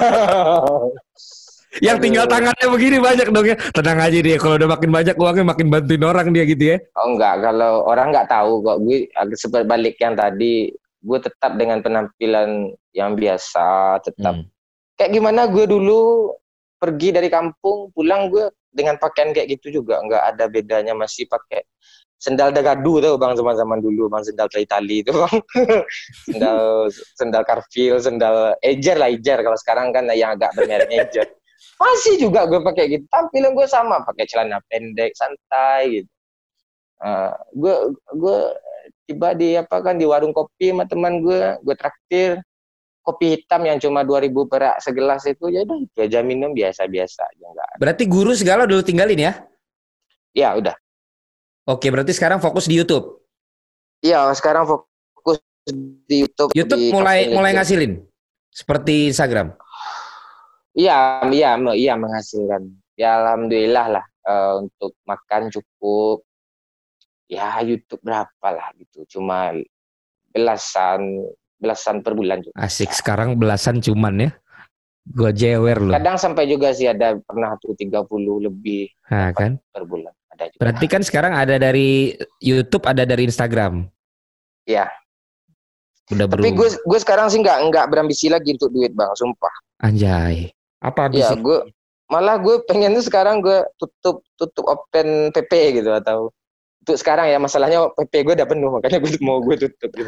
Yang tinggal tangannya begini banyak dong ya. Tenang aja dia, kalau udah makin banyak uangnya makin bantuin orang dia gitu ya. Oh enggak, kalau orang nggak tahu kok, gue agak sebalik yang tadi, gue tetap dengan penampilan yang biasa, tetap hmm. kayak gimana gue dulu pergi dari kampung, pulang gue dengan pakaian kayak gitu juga, nggak ada bedanya, masih pakai sendal dagadu tuh bang, zaman-zaman dulu bang, sendal tali-tali itu bang, sendal sendal Carfil, sendal Ejer lah, Ejer kalau sekarang kan yang agak bermerek Ejer, masih juga gue pakai gitu, tampilan gue sama, pakai celana pendek, santai gitu. Uh, gue gue tiba di apa kan di warung kopi sama teman gue, gue traktir kopi hitam yang cuma dua ribu perak segelas itu, ya udah itu aja, minum biasa-biasa aja enggak. Berarti guru segala dulu tinggalin ya? Ya udah. Oke, berarti sekarang fokus di YouTube. Iya, sekarang fokus di YouTube. YouTube di mulai mulai ngasilin seperti Instagram. Iya, iya, iya menghasilkan. Ya alhamdulillah lah, uh, untuk makan cukup. Ya YouTube berapa lah gitu, cuma belasan belasan per bulan juga. Asik, sekarang belasan cuman ya. Gua jewer loh. Kadang sampai juga sih ada pernah tuh tiga puluh lebih nah, kan? per bulan. Ada juga. Berarti kan sekarang ada dari YouTube, ada dari Instagram. Ya. Udah Tapi gue gue sekarang sih nggak nggak berambisi lagi untuk duit bang, sumpah. Anjay. Apa ambisi? Ya gue malah gue pengen tuh sekarang gue tutup tutup open P P gitu, atau untuk sekarang ya, masalahnya P P gue udah penuh, makanya gue mau gue tutup gitu.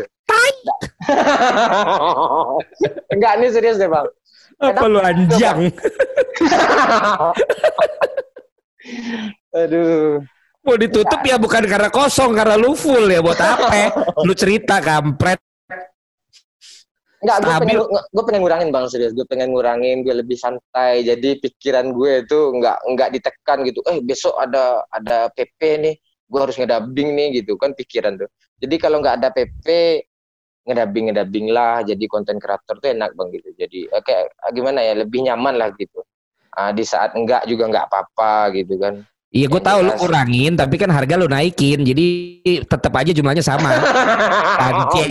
Enggak, ini serius deh bang. Apa lu anjang? Aduh. Mau ditutup ya. ya bukan karena kosong, karena lu full ya, buat apa? Lu cerita kampret. Enggak, gue pengen, gue pengen ngurangin bang, serius. Gue pengen ngurangin, gue lebih santai. Jadi pikiran gue itu enggak enggak ditekan gitu. Eh besok ada ada P P nih, gue harus ngedubbing nih gitu kan pikiran tuh. Jadi kalau nggak ada P P, ngedubbing ngedubbing lah, jadi konten kreator tuh enak bang gitu. Jadi oke okay, gimana ya, lebih nyaman lah gitu. Uh, di saat enggak juga nggak apa-apa gitu kan. Iya gue tahu lu kurangin, tapi kan harga lu naikin, jadi tetap aja jumlahnya sama. Anjir.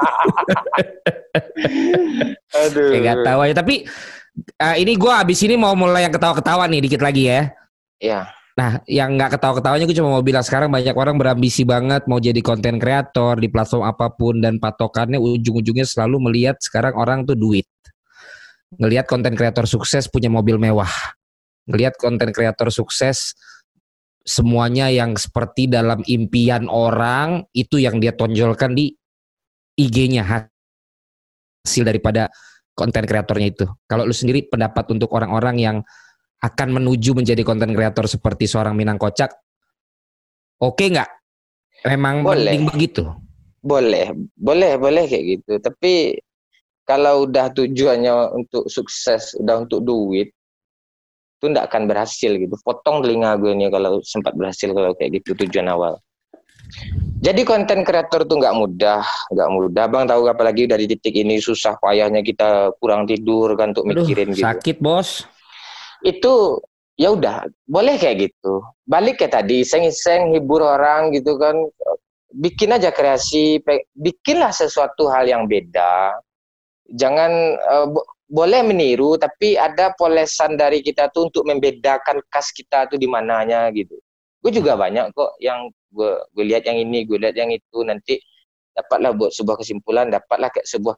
Aduh. Ya nggak tahu aja, tapi uh, ini gue abis ini mau mulai yang ketawa-ketawa nih dikit lagi ya. Iya. Nah, yang nggak ketawa-ketawanya gue cuma mau bilang sekarang banyak orang berambisi banget mau jadi konten kreator di platform apapun, dan patokannya ujung-ujungnya selalu melihat sekarang orang tuh duit. Ngelihat konten kreator sukses punya mobil mewah. Ngelihat konten kreator sukses semuanya yang seperti dalam impian orang itu yang dia tonjolkan di I G-nya, hasil daripada konten kreatornya itu. Kalau lu sendiri pendapat untuk orang-orang yang akan menuju menjadi konten kreator seperti seorang Minang Kocak, oke okay nggak? Memang boleh. Mending begitu? Boleh, boleh, boleh kayak gitu. Tapi kalau udah tujuannya untuk sukses, udah untuk duit, itu nggak akan berhasil gitu. Potong telinga gue nih kalau sempat berhasil kalau kayak gitu tujuan awal. Jadi konten kreator tuh nggak mudah, nggak mudah bang, tahu apalagi dari titik ini susah payahnya kita kurang tidur kan untuk Aduh, mikirin gitu. Sakit bos. Itu ya udah boleh kayak gitu. Balik kayak tadi, iseng-iseng hibur orang gitu kan. Bikin aja kreasi, bikinlah sesuatu hal yang beda. Jangan uh, boleh meniru, tapi ada polesan dari kita tuh untuk membedakan khas kita tuh di mananya gitu. Gue juga banyak kok yang gue gue lihat yang ini, gue lihat yang itu, nanti dapatlah buat sebuah kesimpulan, dapatlah kayak sebuah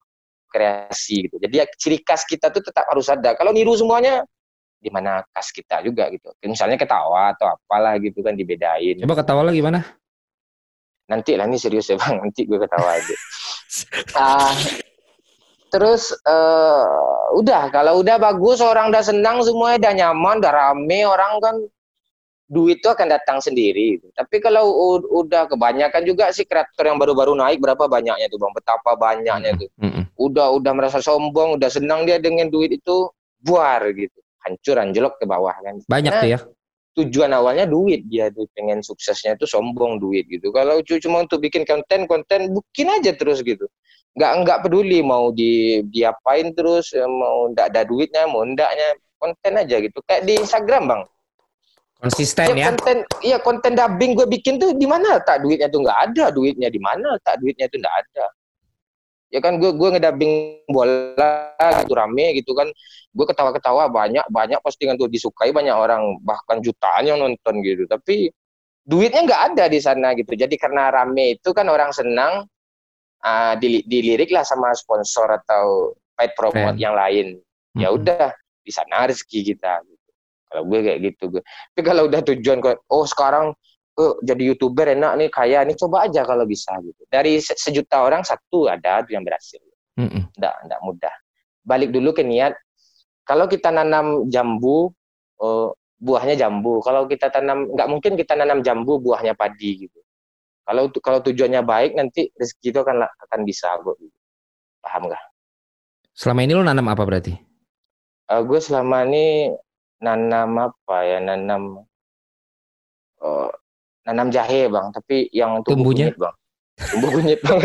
kreasi gitu. Jadi ya, ciri khas kita tuh tetap harus ada. Kalau niru semuanya, di mana khas kita juga gitu. Misalnya ketawa atau apalah gitu kan dibedain. Coba ketawa lagi gimana? Nanti lah, ini serius ya bang, nanti gue ketawa aja. uh, terus uh, udah, kalau udah bagus, orang udah senang, semuanya udah nyaman, udah rame, orang kan duit itu akan datang sendiri. Tapi kalau udah kebanyakan juga sih kreator yang baru-baru naik, berapa banyaknya tuh bang, betapa banyaknya tuh. Mm-hmm. Udah udah merasa sombong, udah senang dia dengan duit itu, buar gitu, hancur anjlok ke bawah kan. Banyak nah, tuh ya. Tujuan awalnya duit, dia tuh pengen suksesnya itu sombong duit gitu. Kalau cuma untuk bikin konten, konten bikin aja terus gitu. Nggak nggak peduli mau di diapain terus, mau ndak ada duitnya, mau ndaknya, konten aja gitu. Kayak di Instagram bang. Konsisten ya, ya konten iya konten dubbing gue bikin tuh di mana tak duitnya tuh, nggak ada duitnya, di mana tak duitnya tuh nggak ada. Ya kan gue gue ngedubbing bola gitu rame gitu kan, gue ketawa-ketawa, banyak banyak postingan tuh disukai banyak orang, bahkan jutaan yang nonton gitu, tapi duitnya nggak ada di sana gitu. Jadi karena rame itu kan orang senang, uh, dilirik lah sama sponsor atau paid promote yang lain. Ya udah, di sana rezeki kita. Kalau gue kayak gitu gue. Tapi kalau udah tujuan kok, oh sekarang oh, jadi YouTuber enak nih, kaya nih, coba aja kalau bisa gitu. Dari sejuta orang satu ada yang berhasil. Mm-mm. Nggak, nggak mudah. Balik dulu ke niat. Kalau kita nanam jambu, oh, buahnya jambu. Kalau kita tanam, nggak mungkin kita nanam jambu buahnya padi gitu. Kalau kalau tujuannya baik, nanti rezeki itu akan akan bisa. Gue. Paham nggak? Selama ini lu nanam apa berarti? Uh, gue selama ini nanam apa ya, nanam uh, nanam jahe bang, tapi yang tumbuh tumbuhnya kunyit bang, tumbuh kunyit bang.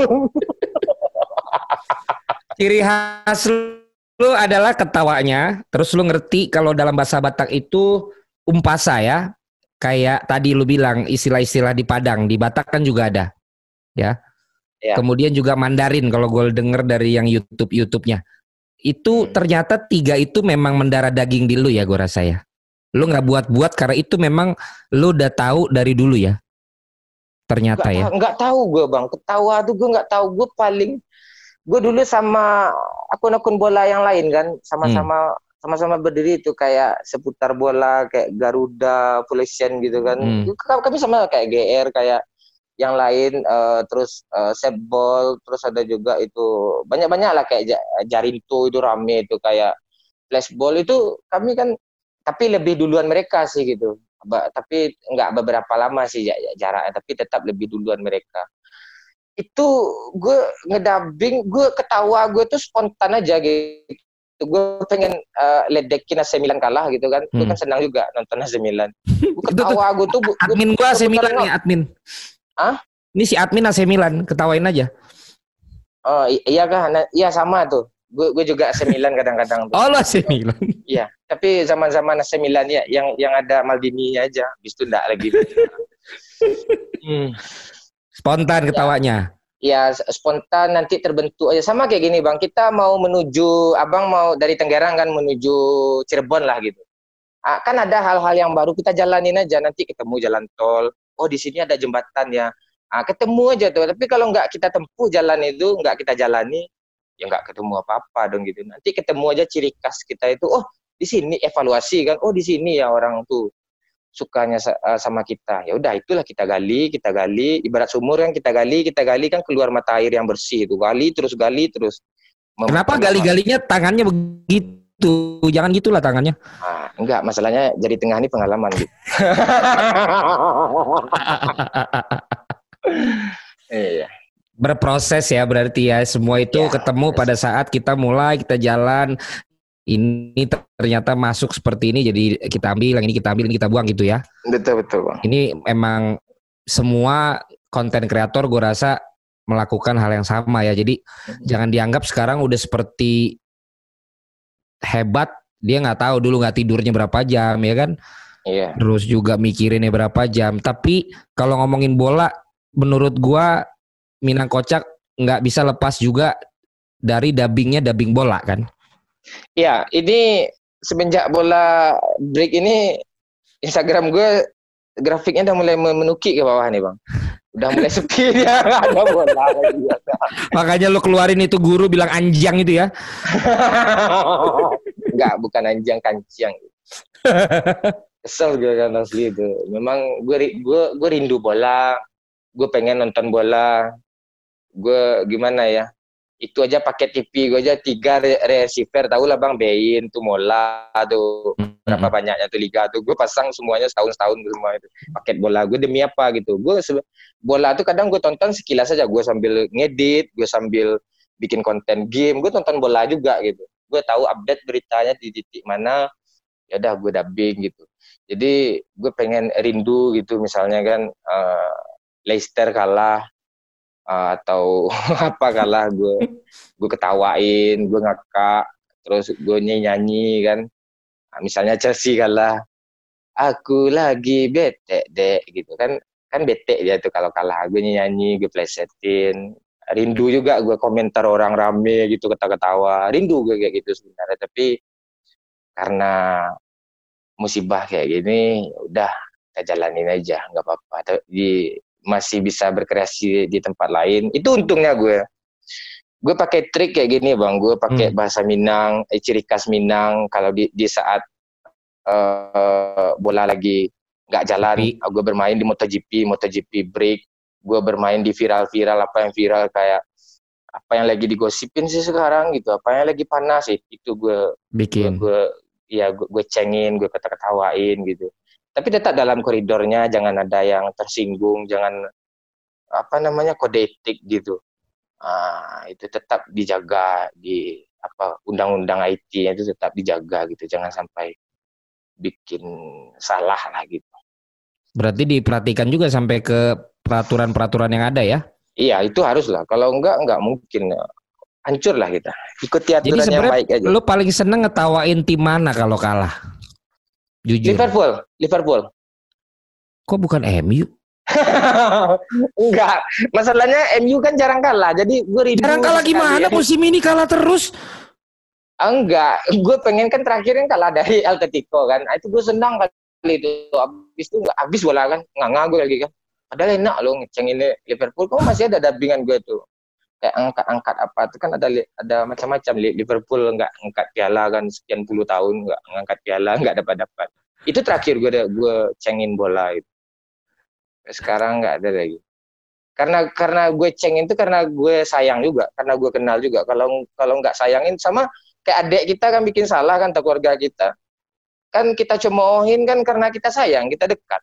Ciri khas lu adalah ketawanya, terus lu ngerti kalau dalam bahasa Batak itu umpasa ya, kayak tadi lu bilang istilah-istilah di Padang, di Batak kan juga ada ya, ya. Kemudian juga Mandarin kalau gue denger dari yang YouTube YouTube-nya. Itu ternyata tiga itu memang mendarah daging di lu ya, gue rasa ya. Lu nggak buat-buat karena itu memang lu udah tahu dari dulu ya. Ternyata gak, ya. Nggak tahu gue bang, ketawa tuh gue nggak tahu. Gue paling, gue dulu sama akun-akun bola yang lain kan, sama-sama hmm. sama-sama berdiri itu kayak seputar bola, kayak Garuda, Polisian gitu kan. Hmm. Kami sama kayak G R, kayak yang lain, uh, terus uh, Setball, terus ada juga itu banyak-banyak lah kayak Jarinto itu rame itu, kayak Flashball itu kami kan, tapi lebih duluan mereka sih gitu, ba, tapi nggak beberapa lama sih jaraknya, tapi tetap lebih duluan mereka. Itu gue ngedubbing, gue ketawa, gue tuh spontan aja gitu. Gue pengen uh, ledekin A C Milan kalah gitu kan, hmm. gue kan senang juga nonton A C Milan. Gue ketawa, gue tuh gua, admin gue A C Milan nih, admin. Ah? Ini si admin A C Milan, ketawain aja. Oh iya kah? Nah, iya sama tuh. Gue gue juga A C Milan kadang-kadang tuh. Oh lo A C Milan. Iya, tapi zaman-zaman A C Milan ya, yang yang ada Maldini aja, habis itu enggak lagi. hmm. Spontan ketawanya. Iya, spontan, nanti terbentuk aja. Sama kayak gini bang, kita mau menuju, abang mau dari Tenggerang kan menuju Cirebon lah gitu. Ah, kan ada hal-hal yang baru, kita jalanin aja, nanti ketemu jalan tol. Oh di sini ada jembatan ya, ah, ketemu aja tuh. Tapi kalau nggak kita tempuh jalan itu, nggak kita jalani, ya nggak ketemu apa-apa dong gitu. Nanti ketemu aja ciri khas kita itu. Oh di sini evaluasi kan. Oh di sini ya orang tuh sukanya sama kita. Ya udah itulah kita gali, kita gali. Ibarat sumur yang kita gali, kita gali kan keluar mata air yang bersih itu. Gali terus gali terus. Kenapa gali-galinya tangannya begitu? Tuh, jangan gitulah tangannya. Ah, enggak, masalahnya jadi tengah ini pengalaman gitu. Iya. Berproses ya berarti ya, semua itu ya, ketemu proses. Pada saat kita mulai, kita jalan, ini ternyata masuk seperti ini, jadi kita ambil, yang ini kita ambil, ini kita buang gitu ya. Betul betul bang. Ini emang semua konten kreator gue rasa melakukan hal yang sama ya. Jadi hmm. jangan dianggap sekarang udah seperti hebat, dia nggak tahu dulu nggak tidurnya berapa jam ya kan, iya. Terus juga mikirinnya berapa jam. Tapi kalau ngomongin bola, menurut gua Minang Kocak nggak bisa lepas juga dari dubbingnya dubbing bola kan. Ya, ini semenjak bola break ini Instagram gue grafiknya udah mulai menukik ke bawah nih bang. Udah mulai sepi dia, nggak ada bola lagi. Makanya lo keluarin itu guru bilang anjang itu ya. Enggak, bukan anjang, kancing. Kesel gue kan asli itu. Memang gue gue gue rindu bola. Gue pengen nonton bola. Gue gimana ya? Itu aja paket T V gue aja tiga re- receiver, tahu lah bang, Bein tuh, Mola tuh, berapa banyaknya tuh liga tuh, gue pasang semuanya setahun setahun semua itu paket bola. Gue demi apa gitu, gue se- bola tuh kadang gue tonton sekilas aja, gue sambil ngedit, gue sambil bikin konten game, gue tonton bola juga gitu, gue tahu update beritanya di titik mana, ya udah gue dubbing gitu. Jadi gue pengen rindu gitu, misalnya kan uh, Leicester kalah, Uh, atau apa kalah, gue gue ketawain, gue ngakak, terus gue nyanyi kan. Nah, misalnya Chelsea kalah, aku lagi bete dek gitu kan, kan bete dia tuh kalau kalah, gue nyanyi, gue plesetin. Rindu juga gue komentar orang rame gitu, ketawa-ketawa, rindu gue kayak gitu sebenarnya. Tapi karena musibah kayak gini, ya udah kita jalanin aja, nggak apa-apa. Di masih bisa berkreasi di tempat lain. Itu untungnya gue. Gue pakai trik kayak gini bang. Gue pakai hmm. bahasa Minang, eh, ciri khas Minang. Kalau di, di saat uh, bola lagi nggak jalan, uh, gue bermain di MotoGP, MotoGP break. Gue bermain di viral-viral, apa yang viral kayak apa yang lagi digosipin sih sekarang gitu. Apa yang lagi panas sih, itu gue bikin. Gue, gue ya gue, gue cengin, gue kata-katawain gitu. Tapi tetap dalam koridornya, jangan ada yang tersinggung, jangan apa namanya kode etik gitu. Ah, itu tetap dijaga di apa undang-undang I T itu tetap dijaga gitu, jangan sampai bikin salah lah gitu. Berarti diperhatikan juga sampai ke peraturan-peraturan yang ada ya? Iya, itu harus lah. Kalau enggak, enggak mungkin. Hancur lah kita. Ikuti aturan Jadi yang baik aja. Lu paling seneng ngetawain tim mana kalau kalah? Jujur. Liverpool, Liverpool. Kok bukan M U? Enggak, masalahnya M U kan jarang kalah. Jadi gue rindu. Jarang kalah gimana? Musim ini kalah terus. Enggak, gue pengen kan terakhirnya kalah dari Atletico kan. Itu gue senang kali itu. Abis itu enggak habis bola kan, nganga gue lagi kan. Padahal enak loh ngecengin Liverpool. Kok masih ada dubbingan gue tuh. Kayak angkat-angkat apa tuh kan ada ada macam-macam. Liverpool enggak angkat piala kan sekian puluh tahun enggak ngangkat piala, enggak dapat-dapat. Itu terakhir gue gue cengin bola itu. Sekarang enggak ada lagi. Karena karena gue cengin itu karena gue sayang juga, karena gue kenal juga. Kalau kalau enggak sayangin sama kayak adik kita kan bikin salah kan, keluarga kita. Kan kita cemoohin kan karena kita sayang, kita dekat.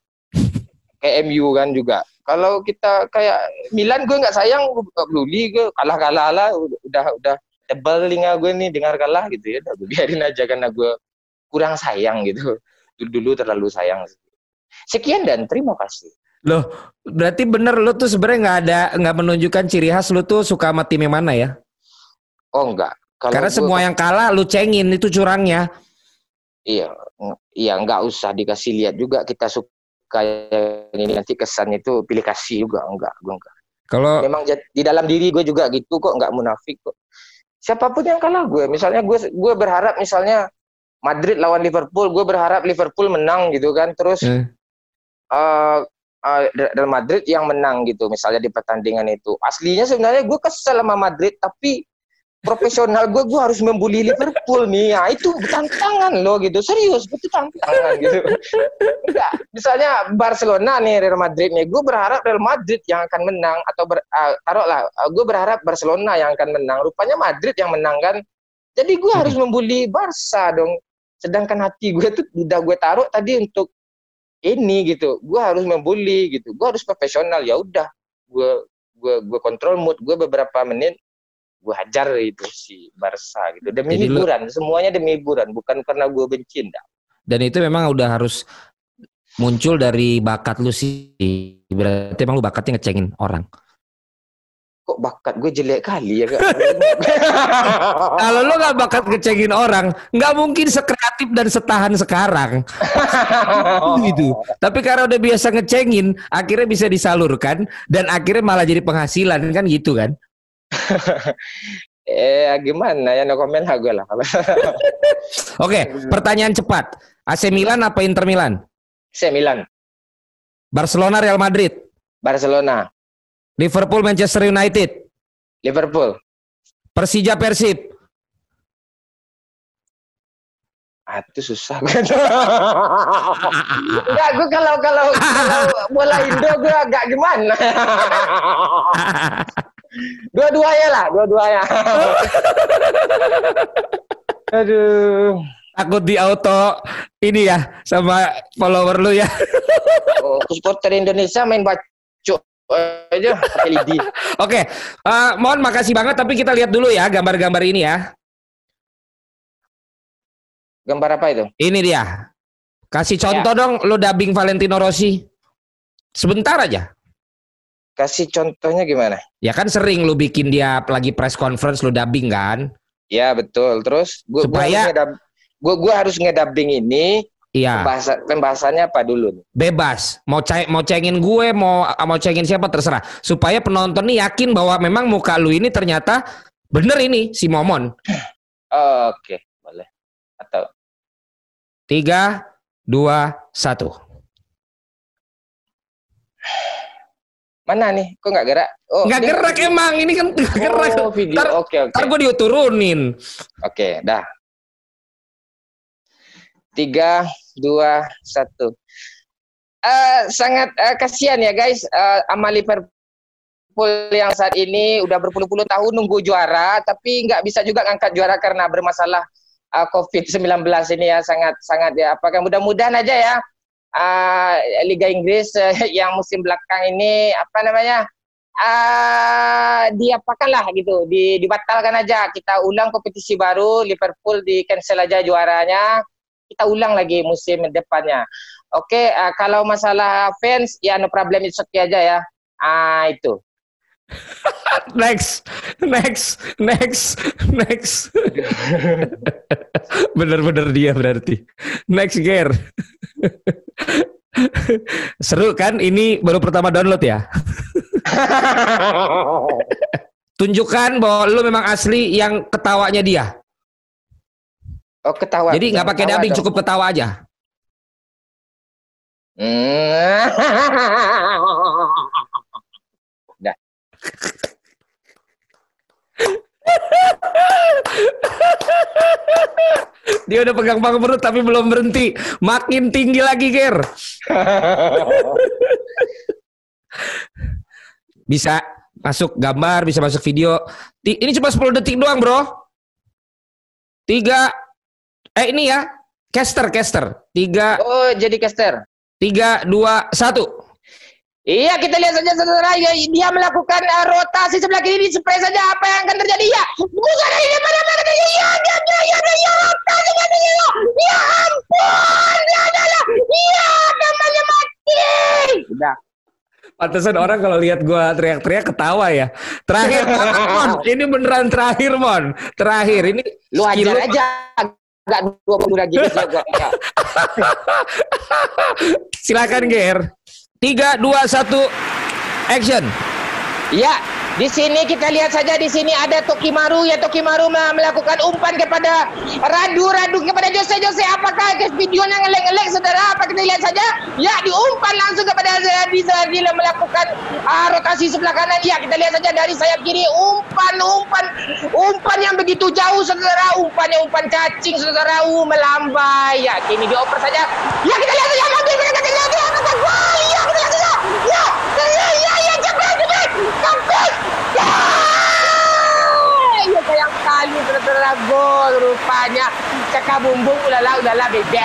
Kayak M U kan juga. Kalau kita kayak Milan, gue nggak sayang, gue peduli, gue kalah-kalah lah, udah udah tebal telinga gue nih dengar kalah gitu ya, udah gue biarin aja karena gue kurang sayang gitu. Dulu terlalu sayang. Sekian dan terima kasih. Loh, berarti bener lu tuh sebenarnya nggak ada nggak menunjukkan ciri khas lu tuh suka sama tim yang mana ya? Oh enggak. Kalau karena semua yang kalah lu cengin, itu curangnya. Iya, iya nggak usah dikasih lihat juga kita suka. Kayak ini nanti kesannya itu pilih kasih juga, enggak, gue enggak. Kalau memang di dalam diri gue juga gitu kok, enggak munafik kok. Siapapun yang kalah gue, misalnya gue gue berharap misalnya Madrid lawan Liverpool, gue berharap Liverpool menang gitu kan, terus hmm. uh, uh, Real Madrid yang menang gitu, misalnya di pertandingan itu. Aslinya sebenarnya gue kesel sama Madrid, tapi profesional gue, gue harus membuli Liverpool nih, ya itu tantangan loh gitu, serius, itu tantangan gitu. Enggak, misalnya Barcelona nih, Real Madrid nih, gue berharap Real Madrid yang akan menang, atau ber, uh, taruhlah, uh, gue berharap Barcelona yang akan menang, rupanya Madrid yang menang kan, jadi gue harus membuli Barca dong, sedangkan hati gue tuh udah gue taruh tadi untuk ini gitu, gue harus membuli gitu, gue harus profesional, ya udah, gue gue gue kontrol mood gue beberapa menit, gue hajar itu si Barca gitu demi jadi hiburan, lu, semuanya demi hiburan, bukan karena gue benci enggak. Dan itu memang udah harus muncul dari bakat lu sih, berarti emang lu bakatnya ngecengin orang. Kok bakat gue jelek kali ya kak? Kalau lu nggak bakat ngecengin orang, nggak mungkin sekreatif dan setahan sekarang. Gitu. Tapi karena udah biasa ngecengin, akhirnya bisa disalurkan dan akhirnya malah jadi penghasilan kan gitu kan? Eh gimana ya, no comment lah gue lah. Oke, pertanyaan cepat. A C Milan apa Inter Milan? A C Milan. Barcelona Real Madrid. Barcelona. Liverpool Manchester United. Liverpool. Persija Persib. Ah, itu susah. Enggak, gue kalau kalau kalau bola Indo gue agak gimana. Dua-duanya lah, dua-duanya. Aduh. Takut di auto ini ya sama follower lu ya. Oh, supporter Indonesia main bacok aja pakai lidi. Oke, uh, mohon makasih banget tapi kita lihat dulu ya gambar-gambar ini ya. Gambar apa itu? Ini dia. Kasih contoh ya. dong lu dubbing Valentino Rossi. Sebentar aja. Kasih contohnya gimana? Ya kan sering lu bikin dia lagi press conference lu dubbing kan? Ya betul. Terus gua supaya gua gua harus ngedubbing ini. Iya. Pembahasa, pembahasannya apa dulu? Bebas. Mau ceng mau cengin gue, mau mau cengin siapa terserah. Supaya penonton nih yakin bahwa memang muka lu ini ternyata bener ini si Momon. Oh, oke, okay. Boleh. Atau tiga, dua, satu. Mana nih? Kok nggak gerak? Oh, nggak gerak video. Emang ini kan nggak gerak. Oh, video. Oke, oke. Okay, okay. Ntar gue diturunin. Oke, okay, dah. Tiga, dua, satu. Uh, sangat uh, kasihan ya guys, uh, sama Liverpool yang saat ini udah berpuluh-puluh tahun nunggu juara, tapi nggak bisa juga ngangkat juara karena bermasalah uh, covid sembilan belas ini ya, sangat sangat ya. Apakah mudah-mudahan aja ya uh, Liga Inggris uh, yang musim belakang ini apa namanya uh, diapakan lah gitu, di, dibatalkan aja. Kita ulang kompetisi baru, Liverpool di cancel aja juaranya. Kita ulang lagi musim depannya. Oke, okay, uh, kalau masalah fans ya no problem, it's okay aja ya. Ah uh, itu. Next, next, next, next. Bener-bener dia berarti. Next gear. Seru kan? Ini baru pertama download ya. Tunjukkan bahwa lu memang asli yang ketawanya dia. Oh ketawa. Jadi nggak pakai dubbing, cukup ketawa aja. Hmm. Dah. Dia udah pegang-pegang perut tapi belum berhenti. Makin tinggi lagi, Ger. Bisa masuk gambar, bisa masuk video. Ini cuma sepuluh detik doang, bro. Tiga. Eh ini ya, caster, caster. Tiga. Oh, jadi caster. Tiga, dua, satu. Iya, kita lihat saja saudara, ya, dia melakukan uh, rotasi sebelah kiri, supaya saja apa yang akan terjadi ya. Bukan ini pada pada ya, ya, ya, ya, ya, rotasi ya, ya ampun, ya adalah, ya namanya mati. Udah. Pantesan orang kalau lihat gua teriak-teriak ketawa ya. Terakhir, Mon. Ini beneran terakhir, Mon. Terakhir ini. Lu ajar aja. Enggak dua puluh lagi juga. Silakan Ger. Tiga, dua, satu, action. Ya, di sini kita lihat saja, di sini ada Tokimaru ya. Tokimaru melakukan umpan kepada Radu, Radu kepada Jose, Jose. Apakah videonya ngelek-ngelek saudara? Apa kita lihat saja? Ya, diumpan langsung kepada Zardi, Zardi melakukan uh, rotasi sebelah kanan. Ya, kita lihat saja dari sayap kiri, umpan, umpan, umpan yang begitu jauh saudara. Umpannya umpan cacing saudara, uh, melambai. Ya, kini dioper saja. Ya, kita lihat saja. Mobil kita lihat saja. Wah, ya, kita lihat saja. Ya, ya, ya, ya, cepat, cepat, cepat. Ya, ya sayang sekali saudara, gol rupanya. Cakap bumbung, ulala, ulala, beda.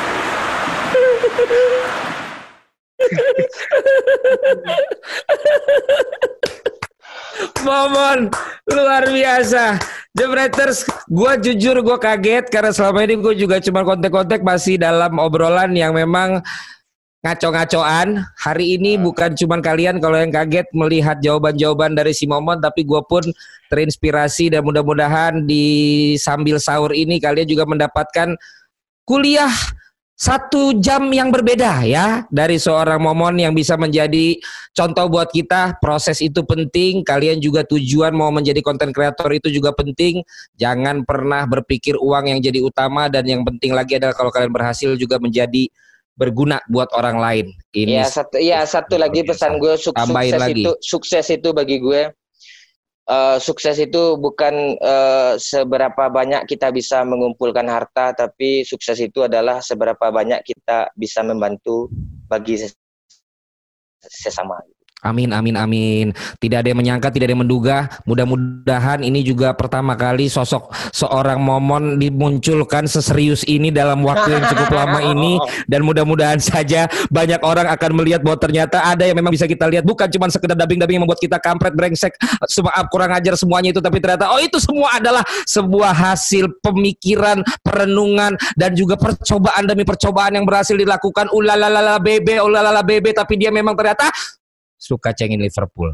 Momon luar biasa. Jebreters, gue jujur gue kaget karena selama ini gue juga cuma kontek-kontek masih dalam obrolan yang memang ngaco-ngacoan. Hari ini bukan cuma kalian kalau yang kaget melihat jawaban-jawaban dari si Momon, tapi gue pun terinspirasi dan mudah-mudahan di sambil sahur ini kalian juga mendapatkan kuliah satu jam yang berbeda ya dari seorang Momon yang bisa menjadi contoh buat kita. Proses itu penting. Kalian juga tujuan mau menjadi konten kreator itu juga penting. Jangan pernah berpikir uang yang jadi utama, dan yang penting lagi adalah kalau kalian berhasil juga menjadi berguna buat orang lain. Ini ya satu ya satu lagi pesan gue, suk sukses lagi. itu sukses itu bagi gue. Uh, sukses itu bukan uh, seberapa banyak kita bisa mengumpulkan harta, tapi sukses itu adalah seberapa banyak kita bisa membantu bagi ses sesama. Amin, amin, amin. Tidak ada yang menyangka, tidak ada yang menduga. Mudah-mudahan ini juga pertama kali sosok seorang Momon dimunculkan seserius ini dalam waktu yang cukup lama ini. Dan mudah-mudahan saja banyak orang akan melihat bahwa ternyata ada yang memang bisa kita lihat. Bukan cuma sekedar dubbing-dubbing yang membuat kita kampret, brengsek, maaf, kurang ajar semuanya itu. Tapi ternyata, oh itu semua adalah sebuah hasil pemikiran, perenungan, dan juga percobaan demi percobaan yang berhasil dilakukan. Ulalala bebe, ulalala bebe. Tapi dia memang ternyata suka cengin Liverpool.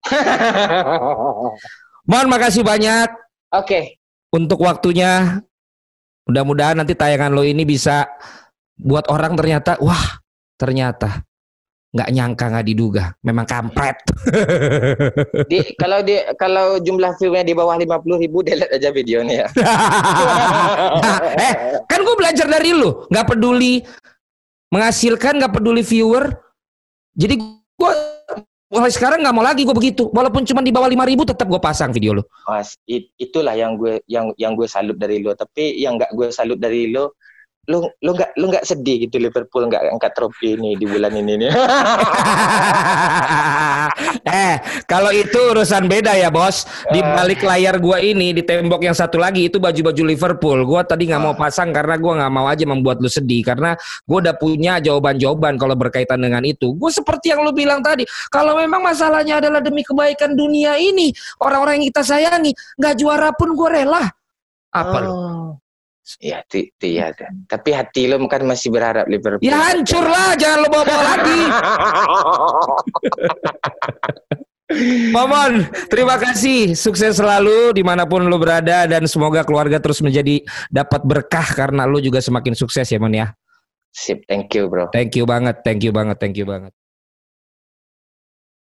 Mohon makasih banyak. Oke. Okay. Untuk waktunya. Mudah-mudahan nanti tayangan lo ini bisa buat orang ternyata, wah ternyata nggak nyangka, nggak diduga, memang kampret. Di, kalau di kalau jumlah view-nya di bawah lima puluh ribu, delete aja videonya. Nah, eh kan gue belajar dari lo, nggak peduli menghasilkan, nggak peduli viewer. Jadi gue mulai sekarang nggak mau lagi gue begitu, walaupun cuma di bawah lima ribu tetap gue pasang video lo. Mas, it, itulah yang gue yang yang gue salut dari lo. Tapi yang nggak gue salut dari lo, lo lo nggak lo nggak sedih gitu Liverpool nggak angkat trofi ini di bulan ini nih. Eh kalau itu urusan beda ya bos. Di balik layar gua ini, di tembok yang satu lagi itu baju-baju Liverpool. Gua tadi nggak mau pasang karena gua nggak mau aja membuat lu sedih, karena gua udah punya jawaban-jawaban kalau berkaitan dengan itu. Gua seperti yang lu bilang tadi, kalau memang masalahnya adalah demi kebaikan dunia ini, orang-orang yang kita sayangi, nggak juara pun gua rela. Apa oh. lu? Ya, iya. Tapi hati lo kan masih berharap Liverpool. Ya hancur lah, jangan lo bawa-bawa lagi. Momon, terima kasih. Sukses selalu dimanapun lo berada, dan semoga keluarga terus menjadi dapat berkah karena lo juga semakin sukses ya Mon ya. Sip, thank you bro. Thank you banget, thank you banget, thank you banget.